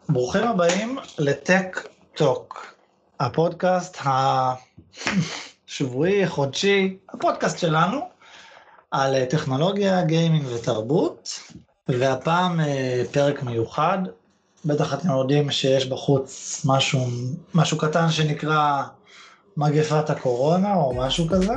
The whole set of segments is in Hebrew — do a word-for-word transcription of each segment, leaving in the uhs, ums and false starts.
ברוכים הבאים לטק טוק, הפודקאסט השבועי, חודשי, הפודקאסט שלנו על טכנולוגיה, גיימינג ותרבות, והפעם פרק מיוחד. בטח אתם יודעים שיש בחוץ משהו, משהו קטן שנקרא מגפת הקורונה או משהו כזה.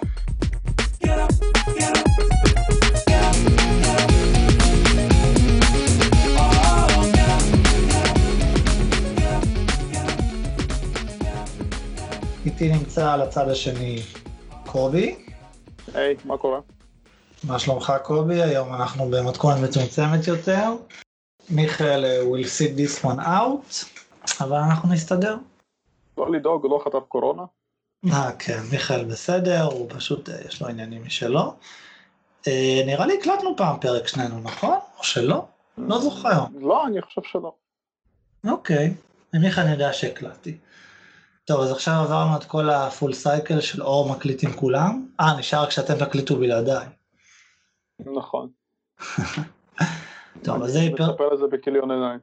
איתי נמצא על הצד השני קובי. היי, מה קורה? מה שלומך קובי? היום אנחנו במתכונת מצומצמת יותר. מיכאל will sit this one out, אבל אנחנו נסתדר. לא לדאוג, הוא לא חטף קורונה. אה, כן, מיכאל בסדר, הוא פשוט, יש לו עניינים משלו. אה, נראה לי הקלטנו פעם פרק שנינו, נכון? או שלא? לא זוכר. לא, אני חושב שלא. אוקיי, מיכאל אני יודע שהקלטתי. טוב, אז עכשיו עברנו את כל הפול סייקל של אור מקליטים כולם. אה, נשאר כשאתם תקליטו בלעדיי. נכון. טוב, אז זה יפר... אני מספר את זה בכיליון עיניים.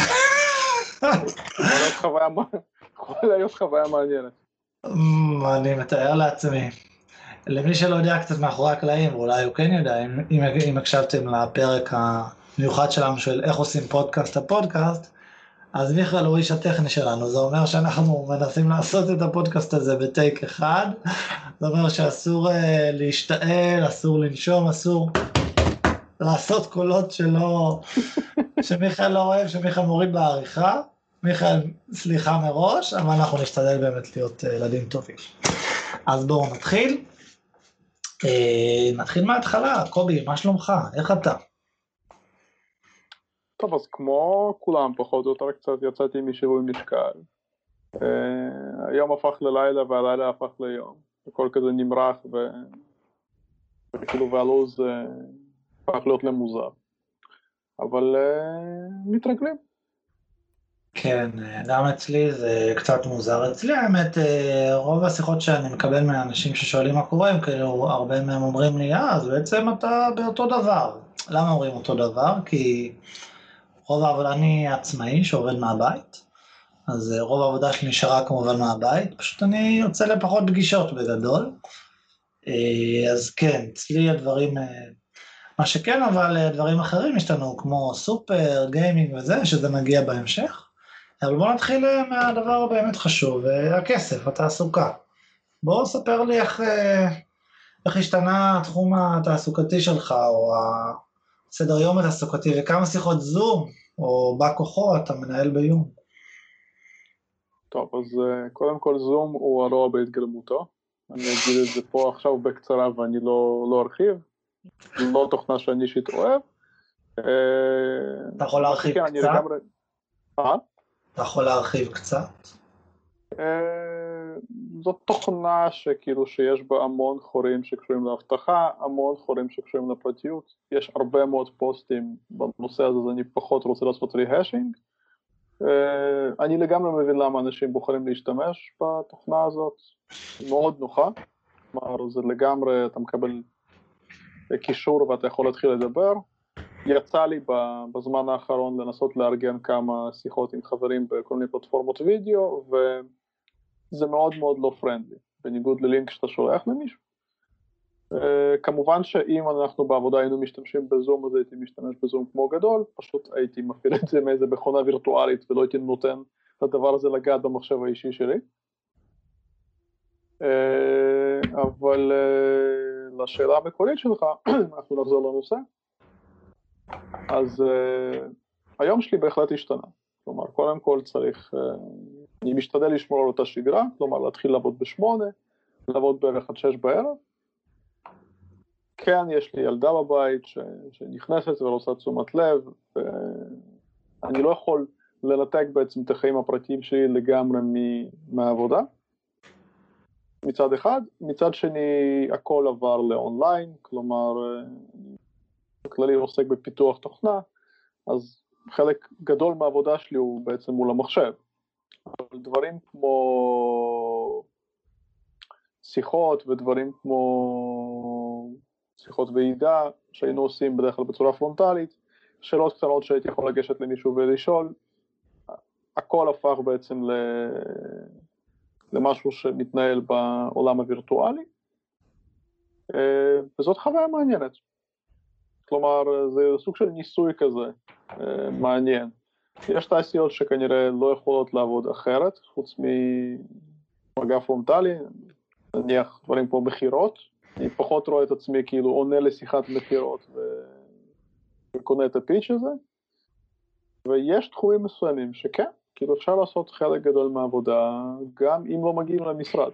יכול להיות חוויה מעניינת. אני מתאר לעצמי. למי שלא יודע קצת מאחורי הקלעים, ואולי הוא כן יודע, אם, אם, אם הקשבתם לפרק המיוחד שלנו של איך עושים פודקאסט הפודקאסט, אז מיכאל הוא איש הטכני שלנו. זה אומר שאנחנו מנסים לעשות את הפודקאסט הזה בטייק אחד. זה אומר שאסור uh, להשתעל, אסור לנשום, אסור לעשות קולות שלא, שמיכאל לא אוהב, שמיכאל מוריד בעריכה. מיכאל, סליחה מראש, אבל אנחנו נשתדל באמת להיות ילדים טובים. אז בואו נתחיל. נתחיל מההתחלה. קובי, מה שלומך? איך אתה? טוב, אז כמו כולם, פחות או יותר קצת יצאתי משיווי משקל. היום הפך ללילה והלילה הפך ליום. הכל כזה נמרח וכאילו והלוז הפך להיות למוזר. אבל מתרגלים. כן, גם אצלי זה קצת מוזר. אצלי האמת, רוב השיחות שאני מקבל מהאנשים ששואלים מה קורה, הם כאילו הרבה מהם אומרים לי, אה, אז בעצם אתה באותו דבר. למה אומרים אותו דבר? כי רוב העבודה, אני עצמאי שעובד מהבית, אז רוב העבודה שלי נשארה כמובן מהבית, פשוט אני יוצא לפחות פגישות בגדול. אז כן, אצלי הדברים, מה שכן, אבל דברים אחרים השתנו, כמו סופר, גיימינג וזה, שזה מגיע בהמשך. אבל בואו נתחיל מהדבר באמת חשוב, הכסף, התעסוקה. בואו ספר לי איך, איך השתנה התחום התעסוקתי שלך, או הסדר יום התעסוקתי, וכמה שיחות זום, או בא כוחו אתה מנהל ביום. טוב, אז קודם כל זום הוא הרוע בהתגלמותו. אני אגיד את זה פה עכשיו בקצרה ואני לא, לא ארחיב. לא תוכנה שאני אישית אוהב. אתה יכול להרחיב קצת? לגמרי... אה? אתה יכול להרחיב קצת? זאת תוכנה שכאילו שיש בה המון חורים שקשורים להבטחה, המון חורים שקשורים לפרטיות. יש הרבה מאוד פוסטים בנושא הזה, אז אני פחות רוצה לעשות ריהשינג. אני לגמרי מבין למה אנשים בוחרים להשתמש בתוכנה הזאת. מאוד נוחה. כלומר, זה לגמרי, אתה מקבל קישור ואתה יכול להתחיל לדבר. יצא לי בזמן האחרון לנסות לארגן כמה שיחות עם חברים בכל מיני פלטפורמות וידאו, וזה מאוד מאוד לא פרנדלי, בניגוד ללינק שאתה שולח למישהו. כמובן שאם אנחנו בעבודה היינו משתמשים בזום, אז הייתי משתמש בזום כמו גדול, פשוט הייתי מפעיל את זה מאיזה מכונה וירטואלית, ולא הייתי נותן את הדבר הזה לגעת במחשב האישי שלי. אבל לשאלה המקורית שלך, אנחנו נחזור לנושא. אז uh, היום שלי בהחלט השתנה, כלומר, קודם כל צריך, uh, אני משתדל לשמור על אותה שגרה, כלומר, להתחיל לעבוד בשמונה, לעבוד בערך עד שש בערב. כן, יש לי ילדה בבית ש, שנכנסת ורוצה תשומת לב, ואני לא יכול לנתק בעצם את החיים הפרטיים שלי לגמרי מהעבודה, מצד אחד. מצד שני, הכל עבר לאונליין, כלומר, בכללי עוסק בפיתוח תוכנה, אז חלק גדול מהעבודה שלי הוא בעצם מול המחשב. אבל דברים כמו שיחות ודברים כמו שיחות ועידה שהיינו עושים בדרך כלל בצורה פרונטלית, שאלות קטנות שהייתי יכול לגשת למישהו ולשאול, הכל הפך בעצם למשהו שמתנהל בעולם הווירטואלי, וזאת חוויה מעניינת. כלומר, זה סוג של ניסוי כזה, מעניין. יש תעשיות שכנראה לא יכולות לעבוד אחרת, חוץ ממגע פרונטלי, נניח דברים כמו בחירות, אני פחות רואה את עצמי כאילו עונה לשיחת מחירות וקונה את הפיץ' הזה, ויש תחומים מסוימים שכן, כאילו אפשר לעשות חלק גדול מהעבודה, גם אם לא מגיעים למשרד.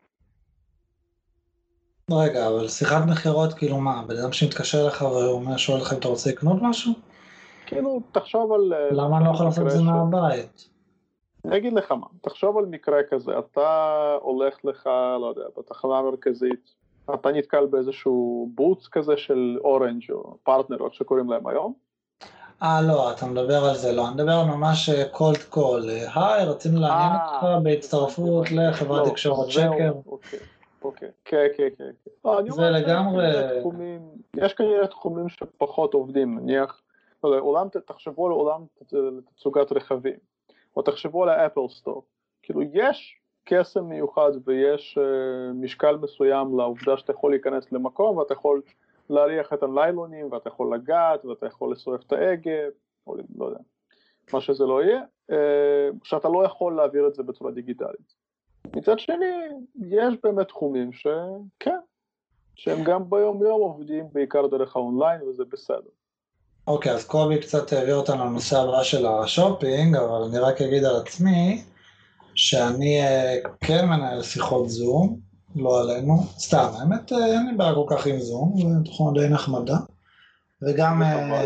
רגע, אבל שיחת מחירות, כאילו מה, בן אדם שמתקשר לך ואומר, שואל לך אם אתה רוצה לקנות משהו? כאילו, תחשוב על... למה אני לא יכול לעשות את זה מהבית? אני אגיד לך מה, תחשוב על מקרה כזה, אתה הולך לך, לא יודע, בתחנה המרכזית, אתה נתקל באיזשהו בוץ כזה של אורנג' או פרטנר, או שקוראים להם היום. אה, לא, אתה מדבר על זה, לא, אני מדבר על ממש קולד קול, היי, רצינו לעניין אותך בהצטרפות לחברת תקשורת שקר. אוקיי, אוקיי, כן, כן, כן. זה לגמרי... יש כנראה תחומים שפחות עובדים, נניח, תחשבו על עולם לתצוגת רכבים, או תחשבו על האפל סטור, כאילו יש קסם מיוחד ויש משקל מסוים לעובדה שאתה יכול להיכנס למקום ואתה יכול להריח את הניילונים ואתה יכול לגעת ואתה יכול לשרף את ההגה, או לא יודע, מה שזה לא יהיה, שאתה לא יכול להעביר את זה בצורה דיגיטלית. מצד שני, יש באמת תחומים שכן, שהם גם ביום יום עובדים בעיקר דרך האונליין וזה בסדר. אוקיי, אז קובי קצת העביר אותנו לנושא הבא של השופינג, אבל אני רק אגיד על עצמי, שאני כן מנהל שיחות זום, לא עלינו, סתם, האמת אין לי בעיה כל כך עם זום, זה תכונה די נחמדה, וגם,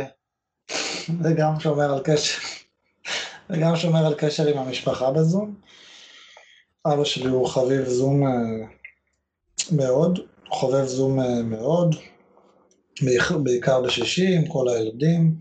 וגם שומר על קשר, וגם שומר על קשר עם המשפחה בזום. אבא שלי הוא חביב זום מאוד, חובב זום מאוד, בעיקר בשישי עם כל הילדים.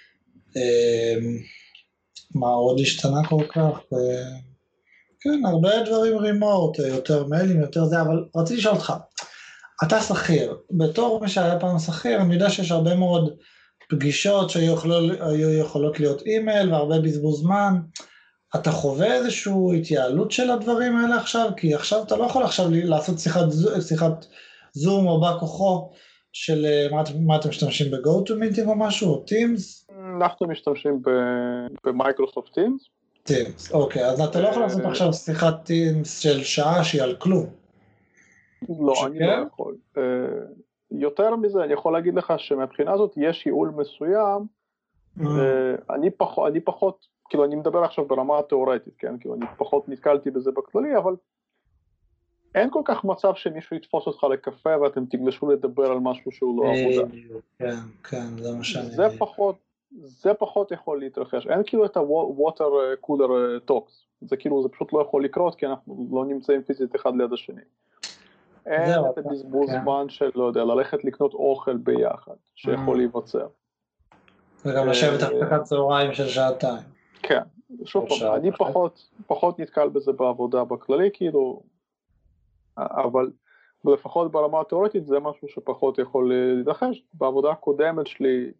מה עוד השתנה כל כך? כן, הרבה דברים רימורט, יותר מיילים, יותר זה, אבל רציתי לשאול אותך, אתה שכיר, בתור מי שהיה פעם שכיר, אני יודע שיש הרבה מאוד פגישות שהיו יכולות להיות אימייל והרבה בזבוז זמן, אתה חווה איזושהי התייעלות של הדברים האלה עכשיו? כי עכשיו אתה לא יכול עכשיו לעשות שיחת, שיחת זום או בא כוחו של מה, מה אתם משתמשים ב-GoToMeeting או משהו, או Teams? אנחנו משתמשים במייקרוסופט Teams. Teams, אוקיי, אז אתה לא יכול לעשות עכשיו שיחת Teams של שעה שהיא על כלום. לא, אני לא יכול. יותר מזה, אני יכול להגיד לך שמבחינה הזאת יש ייעול מסוים, אני פחות, אני פחות, כאילו אני מדבר עכשיו ברמה התיאורטית, כן? כאילו אני פחות נתקלתי בזה בכללי, אבל אין כל כך מצב שמישהו יתפוס אותך לקפה ואתם תגלשו לדבר על משהו שהוא לא עבודה. כן, כן, זה מה שאני... זה פחות, זה פחות יכול להתרחש. אין כאילו את ה-water cooler talks. זה כאילו, זה פשוט לא יכול לקרות, כי אנחנו לא נמצאים פיזית אחד ליד השני. אין את הבזבוז זמן של, לא יודע, ללכת לקנות אוכל ביחד, שיכול להיווצר. וגם לשבת הפסקת צהריים של שעתיים. כן, שוב פעם, אני פחות, פחות נתקל בזה בעבודה בכללי, כאילו, אבל לפחות ברמה התיאורטית זה משהו שפחות יכול להתרחש. בעבודה הקודמת שלי,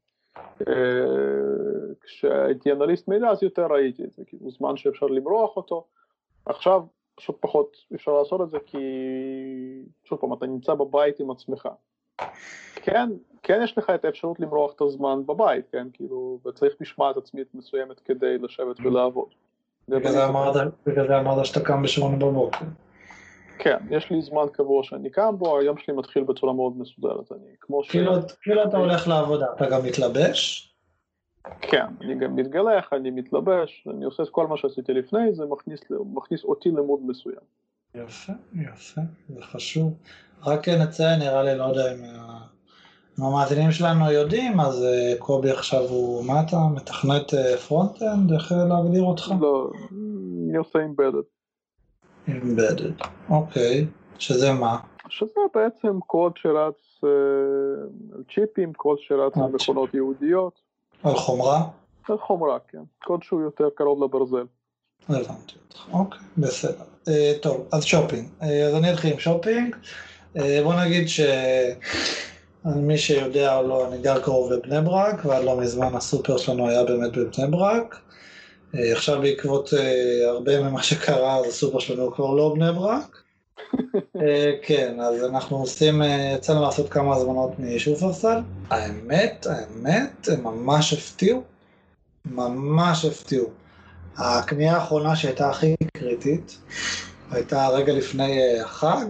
כשהייתי אנליסט מידע, אז יותר ראיתי את זה, כאילו זמן שאפשר למרוח אותו. עכשיו פשוט פחות אפשר לעשות את זה, כי שוב פעם, אתה נמצא בבית עם עצמך. כן, כן יש לך את האפשרות למרוח את הזמן בבית, כן, כאילו, וצריך משמעת עצמית מסוימת כדי לשבת ולעבוד. בגלל זה אמרת שאתה קם בשמונה בבוקר. כן, יש לי זמן קבוע שאני קם בו, היום שלי מתחיל בצורה מאוד מסודרת. אני, כמו ש... כאילו אתה הולך לעבודה, אתה גם מתלבש? כן, אני גם מתגלח, אני מתלבש, אני עושה את כל מה שעשיתי לפני, זה מכניס, מכניס אותי למוד מסוים. יפה, יפה, זה חשוב. רק נציין, נראה לי, לא יודע אם המאזינים שלנו יודעים, אז קובי עכשיו הוא, מה אתה, מתכנת פרונט-אנד, איך להגדיר אותך? לא, אני עושה embedded. embedded, אוקיי, שזה מה? שזה בעצם קוד שרץ על צ'יפים, קוד שרץ על מכונות יהודיות. על חומרה? על חומרה, כן. קוד שהוא יותר קרוב לברזל. הבנתי אותך, אוקיי, בסדר. טוב, אז שופינג. אז אני אתחיל עם שופינג. בוא נגיד שמי שיודע או לא, אני גר קרוב בבני ברק, ועד לא מזמן הסופר שלנו היה באמת בבני ברק. עכשיו בעקבות הרבה ממה שקרה, אז הסופר שלנו כבר לא בני ברק. כן, אז אנחנו עושים, יצאנו לעשות כמה הזמנות משופרסל. האמת, האמת, הם ממש הפתיעו. ממש הפתיעו. הקנייה האחרונה שהייתה הכי קריטית, הייתה רגע לפני החג.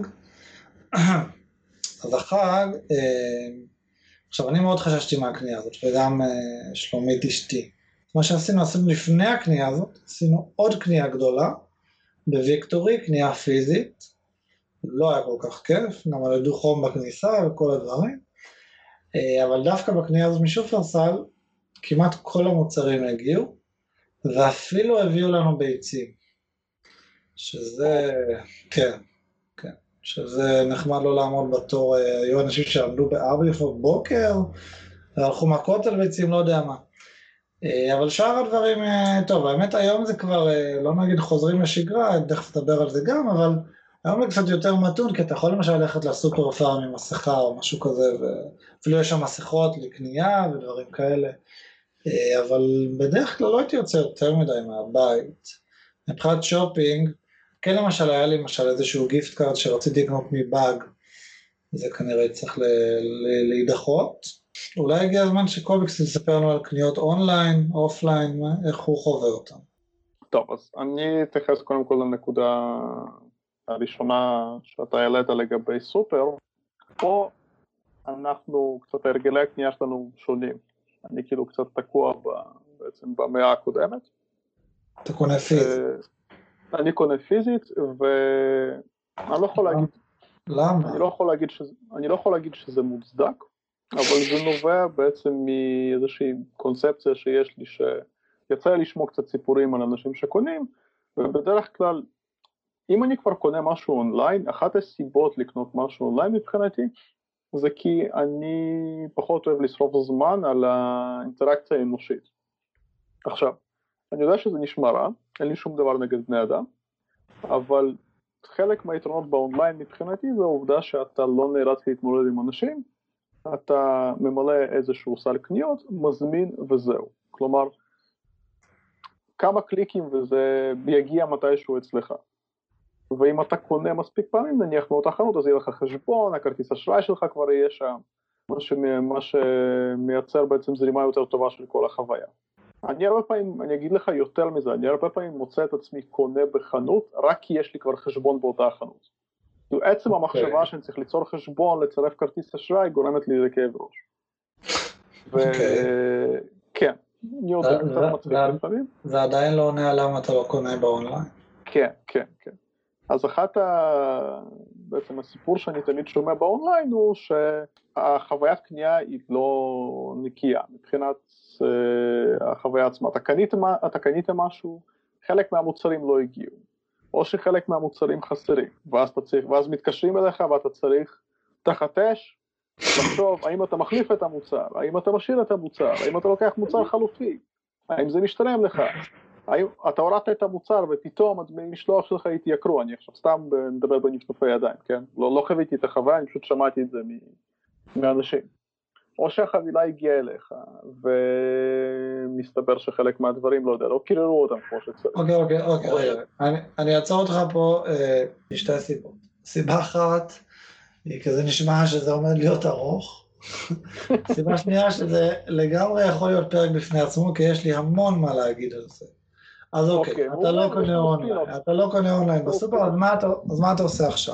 אז החג, עכשיו אני מאוד חששתי מהקנייה הזאת, וגם שלומית אשתי. מה שעשינו, עשינו לפני הקנייה הזאת, עשינו עוד קנייה גדולה, בוויקטורי, קנייה פיזית. לא היה כל כך כיף, נמדדו חום בכניסה וכל הדברים. אבל דווקא בקנייה הזאת משופרסל, כמעט כל המוצרים הגיעו, ואפילו הביאו לנו ביצים. שזה, כן, כן, שזה נחמד לא לעמוד בתור, היו אנשים שעמדו בארבע לפנות בוקר, והלכו מכות על ביצים, לא יודע מה. אבל שאר הדברים, טוב, האמת היום זה כבר, לא נגיד חוזרים לשגרה, דרך לדבר על זה גם, אבל היום זה קצת יותר מתון, כי אתה יכול למשל ללכת לסופר פארם עם מסכה או משהו כזה, ואפילו יש שם מסכות לקנייה ודברים כאלה. אבל בדרך כלל לא הייתי יוצא יותר מדי מהבית. מבחינת שופינג, כן למשל היה לי למשל איזשהו גיפט קארד שרציתי לקנות מבאג, זה כנראה צריך להידחות. אולי הגיע הזמן שקוביקס יספר לנו על קניות אונליין, אופליין, איך הוא חווה אותם. טוב, אז אני אתייחס קודם כל לנקודה הראשונה שאתה העלית לגבי סופר. פה אנחנו, קצת הרגלי הקנייה שלנו שונים. אני כאילו קצת תקוע ב, בעצם במאה הקודמת. אתה קונה פיזית? אני קונה פיזית, ואני לא יכול להגיד... למה? אני לא יכול להגיד שזה, אני לא יכול להגיד שזה מוצדק, אבל זה נובע בעצם מאיזושהי קונספציה שיש לי, שיצא לי לשמוע קצת סיפורים על אנשים שקונים, ובדרך כלל, אם אני כבר קונה משהו אונליין, אחת הסיבות לקנות משהו אונליין מבחינתי, זה כי אני פחות אוהב לשרוף זמן על האינטראקציה האנושית. עכשיו, אני יודע שזה נשמע רע, אין לי שום דבר נגד בני אדם, אבל חלק מהיתרונות באונליין מבחינתי זה העובדה שאתה לא נאלץ להתמודד עם אנשים, אתה ממלא איזשהו סל קניות, מזמין וזהו. כלומר, כמה קליקים וזה יגיע מתישהו אצלך. ואם אתה קונה מספיק פעמים, נניח מאותה חנות, אז יהיה לך חשבון, הכרטיס אשראי שלך כבר יהיה שם, מה, שמי, מה שמייצר בעצם זרימה יותר טובה של כל החוויה. אני הרבה פעמים, אני אגיד לך יותר מזה, אני הרבה פעמים מוצא את עצמי קונה בחנות, רק כי יש לי כבר חשבון באותה חנות. עצם המחשבה שאני צריך ליצור חשבון, לצרף כרטיס אשראי, גורמת לי לכאב ראש. וכן, אני יודע, קצת מצחיק לפעמים. זה עדיין לא עונה למה אתה לא קונה באונליין. כן, כן, כן. אז אחת ה... בעצם הסיפור שאני תמיד שומע באונליין הוא שהחוויית קנייה היא לא נקייה, מבחינת uh, החוויה עצמה. אתה קנית, אתה קנית משהו, חלק מהמוצרים לא הגיעו, או שחלק מהמוצרים חסרים, ואז, אתה צריך, ואז מתקשרים אליך ואתה צריך תחת אש, לחשוב האם אתה מחליף את המוצר, האם אתה משאיר את המוצר, האם אתה לוקח מוצר חלופי, האם זה משתלם לך. האם אתה הורדת את המוצר ופתאום הדמי משלוח שלך התייקרו, אני עכשיו סתם מדבר בנפנופי ידיים, כן? לא, לא חוויתי את החוויה, אני פשוט שמעתי את זה מאנשים. או שהחבילה הגיעה אליך, ומסתבר שחלק מהדברים, לא יודע, לא קיררו אותם כמו שצריך. אוקיי, אוקיי, אוקיי, אני אעצור אותך פה בשתי סיבות. סיבה אחת, היא כזה נשמע שזה עומד להיות ארוך. סיבה שנייה שזה לגמרי יכול להיות פרק בפני עצמו, כי יש לי המון מה להגיד על זה. אז אוקיי, אתה לא קונה אונליין, אתה לא קונה אונליין בסופר, אז מה אתה עושה עכשיו?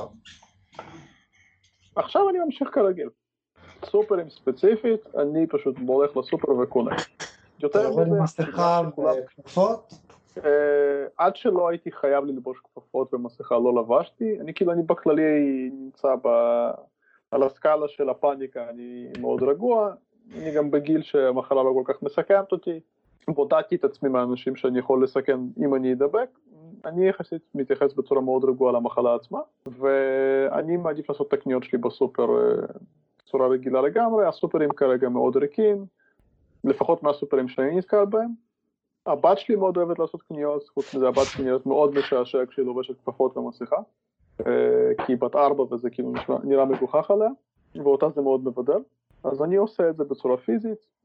עכשיו אני ממשיך כרגיל. סופרים ספציפית, אני פשוט הולך לסופר וקונה. אתה עובד עם מסכה וכפפות? עד שלא הייתי חייב ללבוש כפפות ומסכה לא לבשתי, אני כאילו אני בכללי נמצא על הסקאלה של הפאניקה, אני מאוד רגוע, אני גם בגיל שהמחלה לא כל כך מסכנת אותי, בודדתי את עצמי מהאנשים שאני יכול לסכן אם אני אדבק, אני יחסית מתייחס בצורה מאוד רגועה למחלה עצמה, ואני מעדיף לעשות את הקניות שלי בסופר בצורה רגילה לגמרי, הסופרים כרגע מאוד ריקים, לפחות מהסופרים שאני נתקל בהם, הבת שלי מאוד אוהבת לעשות קניות, חוץ מזה הבת שלי נראית מאוד משעשע כשהיא לובשת כפפות ומסכה, כי היא בת ארבע וזה כאילו נראה מגוחך עליה, ואותה זה מאוד מבדל, אז אני עושה את זה בצורה פיזית,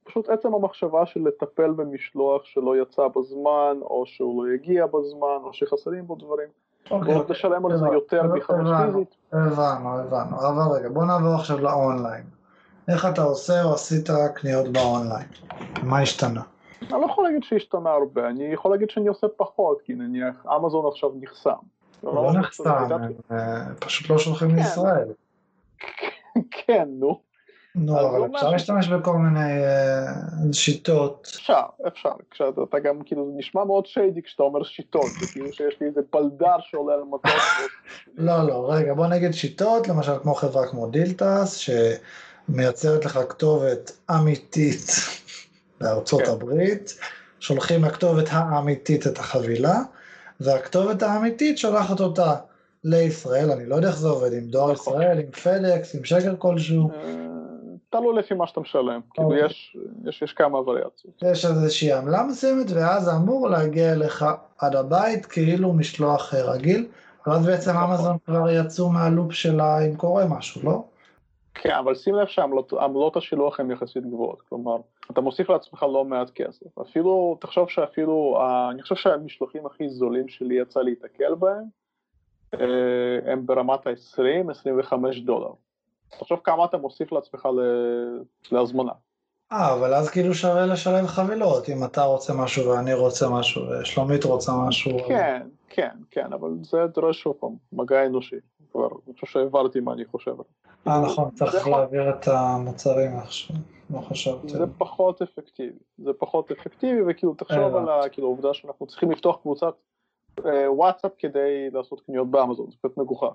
פשוט עצם המחשבה של לטפל במשלוח שלא יצא בזמן, או שהוא לא יגיע בזמן, או שחסרים בו דברים, ועוד לשלם על זה יותר מחנות פיזית. הבנו, הבנו. אבל רגע, בוא נעבור עכשיו לאונליין. איך אתה עושה או עשית קניות באונליין? מה השתנה? אני לא יכול להגיד שהשתנה הרבה, אני יכול להגיד שאני עושה פחות, כי נניח אמזון עכשיו נחסם. לא נחסם, פשוט לא שולחים לישראל. כן, נו. נו, אבל אפשר להשתמש בכל מיני שיטות. אפשר, אפשר. כשאתה גם, כאילו, זה נשמע מאוד שיידי כשאתה אומר שיטות, זה כאילו שיש לי איזה פלדר שעולה על מטוס. לא, לא, רגע, בוא נגיד שיטות, למשל כמו חברה כמו דילטס, שמייצרת לך כתובת אמיתית בארצות הברית, שולחים לכתובת האמיתית את החבילה, והכתובת האמיתית שולחת אותה לישראל, אני לא יודע איך זה עובד, עם דואר ישראל, עם פדקס, עם שקר כלשהו. תלוי לפי מה שאתה משלם, כאילו יש, יש, יש כמה וריאציות. יש איזושהי עמלה מסוימת, ואז זה אמור להגיע אליך עד הבית, כאילו משלוח רגיל, אבל אז בעצם אמזון כבר יצאו מהלופ שלה אם קורה משהו, לא? כן, אבל שים לב שעמלות השילוח הן יחסית גבוהות, כלומר, אתה מוסיף לעצמך לא מעט כסף, אפילו, תחשוב שאפילו, אני חושב שהמשלוחים הכי זולים שלי יצא להתקל בהם, הם ברמת ה-עשרים עד עשרים וחמש דולר. תחשוב כמה אתה מוסיף לעצמך להזמנה. אה, אבל אז כאילו שווה לשלם חבילות, אם אתה רוצה משהו ואני רוצה משהו, ושלומית רוצה משהו. כן, כן, כן, אבל זה דורש שוב פעם, מגע אנושי. כבר, אני חושב שהעברתי מה אני חושב. אה, נכון, צריך להעביר את המוצרים עכשיו, לא חשבתי. זה פחות אפקטיבי, זה פחות אפקטיבי, וכאילו תחשוב על העובדה שאנחנו צריכים לפתוח קבוצת וואטסאפ כדי לעשות קניות באמזון, זה קצת מגוחך.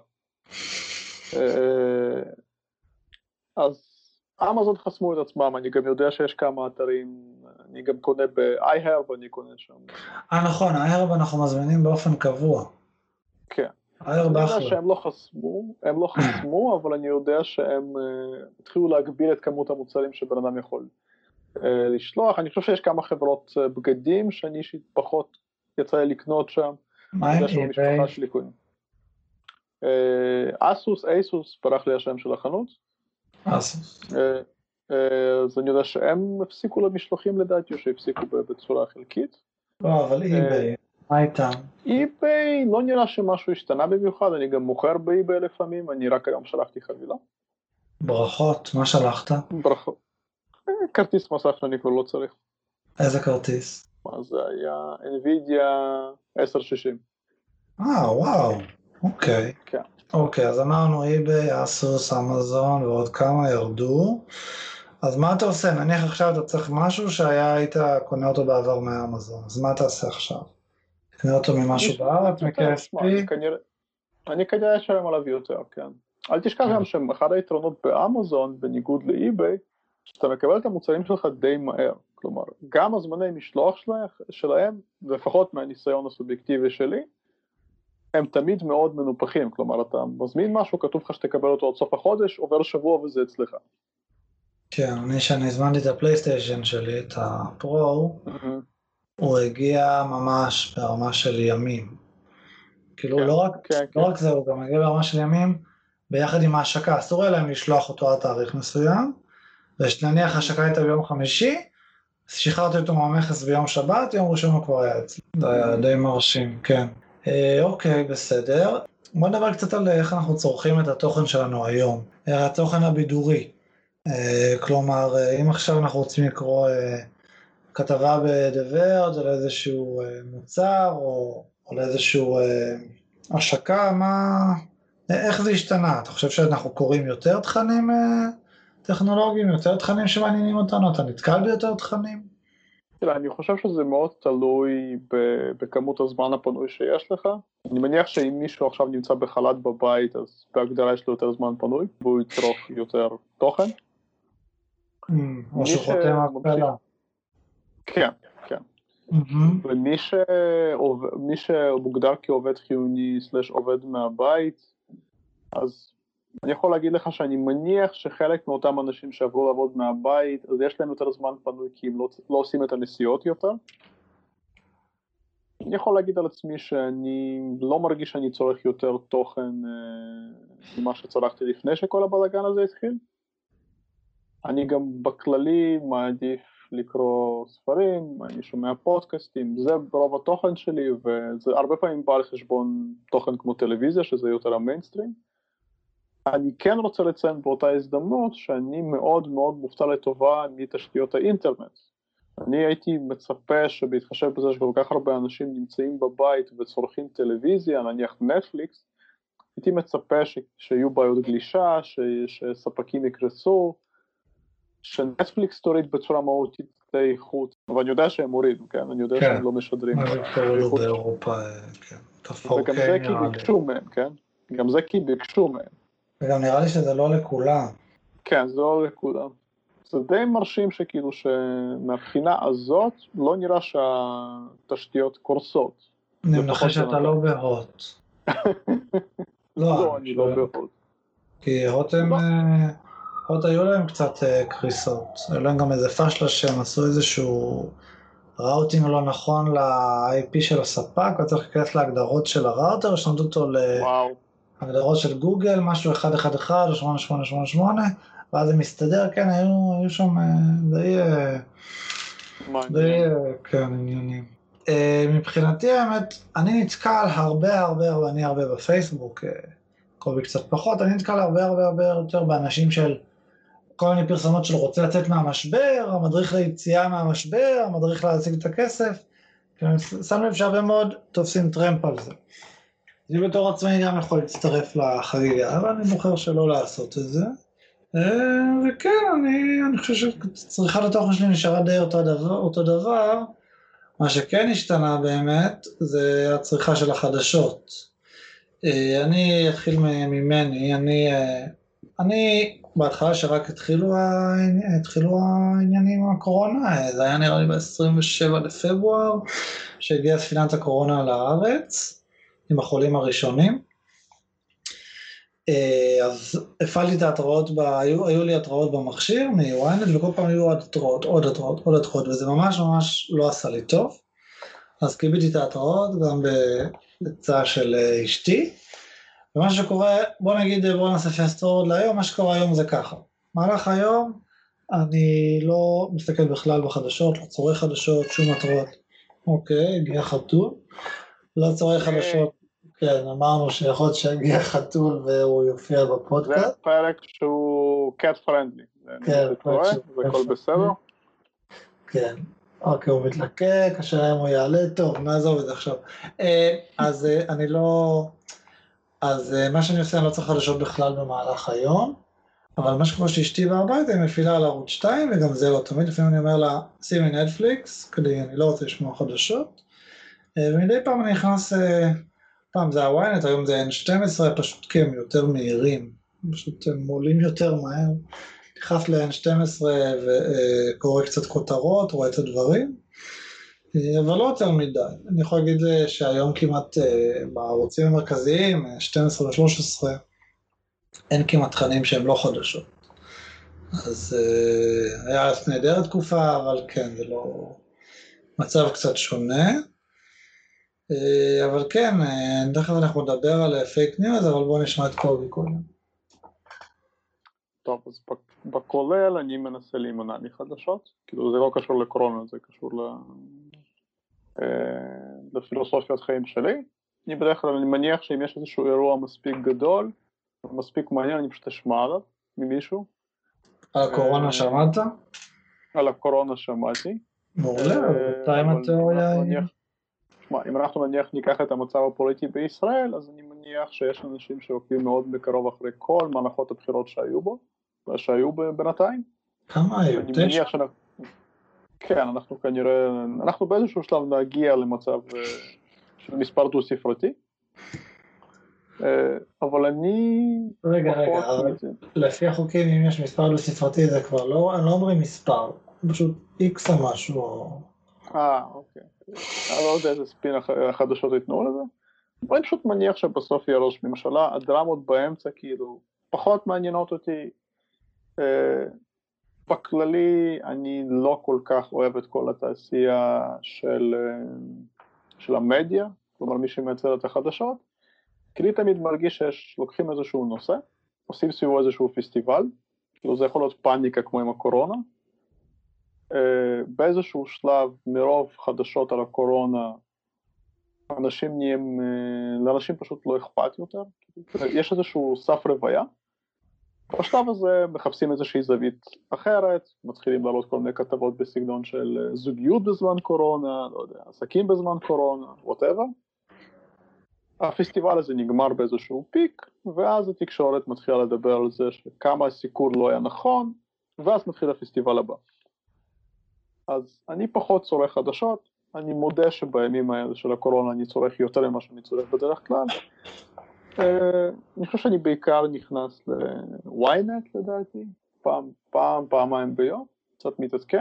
אז אמזון חסמו את עצמם, אני גם יודע שיש כמה אתרים, אני גם קונה ב-iHerb, אני קונה שם. אה נכון, iHerb אנחנו מזמינים באופן קבוע. כן. iHerb אני אחלה. יודע שהם לא חסמו, הם לא חסמו, אבל אני יודע שהם התחילו להגביל את כמות המוצרים שבן אדם יכול לשלוח. אני חושב שיש כמה חברות בגדים שאני אישית פחות יצא לי לקנות שם. מה עם eBay? אסוס, אייסוס, פרח לי השם של החנות. אסוס. אז אני יודע שהם הפסיקו למשלוחים לדעתי, או שהפסיקו בצורה חלקית. לא, אבל eBay, מה איתם? eBay, לא נראה שמשהו השתנה במיוחד, אני גם מוכר ב-eBay לפעמים, אני רק היום שלחתי חבילה. ברכות, מה שלחת? ברכות. כרטיס מסך שאני כבר לא צריך. איזה כרטיס? אז זה היה NVIDIA עשר שישים. אה, וואו, אוקיי. כן. אוקיי, אז אמרנו eBay, אסוס, אמזון ועוד כמה ירדו. אז מה אתה עושה? נניח עכשיו אתה צריך משהו שהיה היית קונה אותו בעבר מאמזון, אז מה אתה עושה עכשיו? קנה אותו ממשהו בארץ, מ-K S P? אני כנראה אשלם עליו יותר, כן. אל תשכח גם שאחד היתרונות באמזון, בניגוד ל-eBay, שאתה מקבל את המוצרים שלך די מהר. כלומר, גם הזמני משלוח שלהם, לפחות מהניסיון הסובייקטיבי שלי, הם תמיד מאוד מנופחים. כלומר, אתה מזמין משהו, כתוב לך שתקבל אותו עד סוף החודש, עובר שבוע וזה אצלך. כן, אני שאני הזמנתי את הפלייסטיישן שלי, את הפרו, הוא הגיע ממש ברמה של ימים. כאילו, לא רק זה, הוא גם הגיע ברמה של ימים, ביחד עם ההשקה. אסור היה להם לשלוח אותו עד תאריך מסוים, ושנניח ההשקה הייתה ביום חמישי, שחררתי אותו מהמכס ביום שבת, יום ראשון הוא כבר היה אצלי. זה היה די מרשים, כן. אוקיי, בסדר. בוא נדבר קצת על איך אנחנו צורכים את התוכן שלנו היום. התוכן הבידורי. כלומר, אם עכשיו אנחנו רוצים לקרוא כתבה בדברד על איזשהו מוצר או על איזשהו השקה, מה, איך זה השתנה? אתה חושב שאנחנו קוראים יותר תכנים טכנולוגיים, יותר תכנים שמעניינים אותנו? אתה נתקל ביותר תכנים? אני חושב שזה מאוד תלוי בכמות הזמן הפנוי שיש לך. אני מניח שאם מישהו עכשיו נמצא בחל"ת בבית, אז בהגדרה יש לו יותר זמן פנוי, והוא יצרוך יותר תוכן. או שחותם הפעלה. כן, כן. ומי שמוגדר כעובד חיוני סלש עובד מהבית, אז אני יכול להגיד לך שאני מניח שחלק מאותם אנשים שעברו לעבוד מהבית, אז יש להם יותר זמן פנוי כי הם לא, לא עושים את הנסיעות יותר. אני יכול להגיד על עצמי שאני לא מרגיש שאני צורך יותר תוכן אה, ממה שצרכתי לפני שכל הבלגן הזה התחיל. אני גם בכללי מעדיף לקרוא ספרים, אני שומע פודקאסטים, זה ברוב התוכן שלי, וזה הרבה פעמים בא לחשבון תוכן כמו טלוויזיה, שזה יותר המיינסטרים. אני כן רוצה לציין באותה הזדמנות, שאני מאוד מאוד מופתע לטובה מתשתיות האינטרנט. אני הייתי מצפה שבהתחשב בזה שכל כך הרבה אנשים נמצאים בבית וצורכים טלוויזיה, נניח נטפליקס, הייתי מצפה ש... שיהיו בעיות גלישה, ש... שספקים יקרסו, שנטפליקס תוריד בצורה מהותית את האיכות, אבל אני יודע שהם הורידו, כן? אני יודע כן. שהם לא משדרים. מה זה קוראים באירופה, כן. את וגם זה ה-פור קיי כי נראה לי. ביקשו מהם, כן? גם זה כי ביקשו מהם. וגם נראה לי שזה לא לכולם. כן, זה לא לכולם. זה די מרשים שכאילו שמבחינה הזאת לא נראה שהתשתיות קורסות. אני מנחש שאתה לא בהוט. לא, אני לא בהוט. כי הוט הם... הוט היו להם קצת קריסות. היו להם גם איזה פשלה שהם עשו איזשהו ראוטינג לא נכון ל-איי פי של הספק, וצריך להיכנס להגדרות של הראוטר, לשנות אותו להגדרות של גוגל, משהו אחת אחת אחת או שמונה שמונה שמונה שמונה, ואז זה מסתדר, כן, היו, היו שם די... די, כן, עניינים. מבחינתי האמת, אני נתקל הרבה הרבה הרבה, אני הרבה בפייסבוק, קובי קצת פחות, אני נתקל הרבה הרבה הרבה יותר באנשים של כל מיני פרסומות של רוצה לצאת מהמשבר, המדריך ליציאה מהמשבר, המדריך להשיג את הכסף, שם לב שהרבה מאוד תופסים טרמפ על זה. אני בתור עצמי גם יכול להצטרף לחגיגה, אבל אני בוחר שלא לעשות את זה. וכן, אני, אני חושב שצריכת התוכן שלי נשארה די אותו דבר, אותו דבר. מה שכן השתנה באמת, זה הצריכה של החדשות. אני אתחיל ממני, אני, אני בהתחלה שרק התחילו, התחילו העניינים עם הקורונה, זה היה נראה לי ב-עשרים ושבעה לפברואר, שהגיעה ספינת הקורונה לארץ, עם החולים הראשונים. אז הפעלתי את ההתראות, ב... היו, היו לי התראות במכשיר מ-ynet, וכל פעם היו עוד התראות, עוד התראות, עוד התראות, וזה ממש ממש לא עשה לי טוב. אז קיבלתי את ההתראות גם בצעה של אשתי, ומה שקורה, בוא נגיד, בוא נעשה פסט פורוורד להיום, מה שקורה היום זה ככה. מהלך היום, אני לא מסתכל בכלל בחדשות, לא צורך חדשות, שום התראות. אוקיי, הגיע חתול, לא צורך חדשות. כן, אמרנו שיכול להיות שהגיע חתול והוא יופיע בפודקאסט. זה פרק שהוא cat friendly. כן, פרק שהוא... זה הכל בסדר? כן. אוקיי, הוא מתלקק, השאלה אם הוא יעלה, טוב, נעזוב את זה עכשיו. אז אני לא... אז מה שאני עושה, אני לא צריך חדשות בכלל במהלך היום, אבל מה שקורה שאשתי בבית, היא מפעילה על ערוץ שתיים, וגם זה לא תמיד, לפעמים אני אומר לה, שימי נטפליקס, כדי אני לא רוצה לשמוע חדשות, ומדי פעם אני נכנס... פעם זה ה-ynet, היום זה אן שתים עשרה, פשוט כי הם יותר מהירים, פשוט הם עולים יותר מהר. נכנס ל-אן שתים עשרה וקורא קצת כותרות, רואה את הדברים, אבל לא יותר מדי. אני יכול להגיד שהיום כמעט בערוצים המרכזיים, שתים עשרה ו-שלוש עשרה, אין כמעט תכנים שהם לא חדשות. אז היה נהדר תקופה, אבל כן, זה לא מצב קצת שונה. אבל כן, תכף אנחנו נדבר על פייק ניוז, אבל בואו נשמע את קובי קודם. טוב, אז בכולל אני מנסה להימנע מחדשות, כאילו זה לא קשור לקורונה, זה קשור לפילוסופיית חיים שלי. אני בדרך כלל, אני מניח שאם יש איזשהו אירוע מספיק גדול, מספיק מעניין, אני פשוט אשמע עליו ממישהו. על הקורונה שמעת? על הקורונה שמעתי. מעולה, בינתיים התיאוריה היא... שמה, אם אנחנו נניח ניקח את המצב הפוליטי בישראל, אז אני מניח שיש אנשים שעוקבים מאוד בקרוב אחרי כל מערכות הבחירות שהיו בו, שהיו בינתיים. כמה היו? אני מניח שאנחנו... כן, אנחנו כנראה, אנחנו באיזשהו שלב נגיע למצב של מספר דו ספרתי, אבל אני... רגע, רגע, אבל לפי החוקים, אם יש מספר דו ספרתי, זה כבר לא, הם לא אומרים מספר, פשוט איקס או משהו. אה, אוקיי. אני לא יודע איזה ספין החדשות יתנו לזה. אני פשוט מניח שבסוף יהיה ראש ממשלה, הדרמות באמצע כאילו פחות מעניינות אותי. בכללי אני לא כל כך אוהב את כל התעשייה של, של המדיה, כלומר מי שמייצר את החדשות. כי לי תמיד מרגיש שיש, לוקחים איזשהו נושא, עושים סביבו איזשהו פסטיבל, כאילו זה יכול להיות פאניקה כמו עם הקורונה, באיזשהו שלב מרוב חדשות על הקורונה, אנשים נהיים, לאנשים פשוט לא אכפת יותר, יש איזשהו סף רוויה, בשלב הזה מחפשים איזושהי זווית אחרת, מתחילים לעלות כל מיני כתבות בסגנון של זוגיות בזמן קורונה, לא יודע, עסקים בזמן קורונה, whatever. הפסטיבל הזה נגמר באיזשהו פיק, ואז התקשורת מתחילה לדבר על זה שכמה הסיקור לא היה נכון, ואז מתחיל הפסטיבל הבא. אז אני פחות צורך חדשות, אני מודה שבימים האלה של הקורונה אני צורך יותר ממה שאני צורך בדרך כלל. אני חושב שאני בעיקר נכנס ל-ynet לדעתי, פעם, פעם, פעמיים ביום, קצת מתעדכן.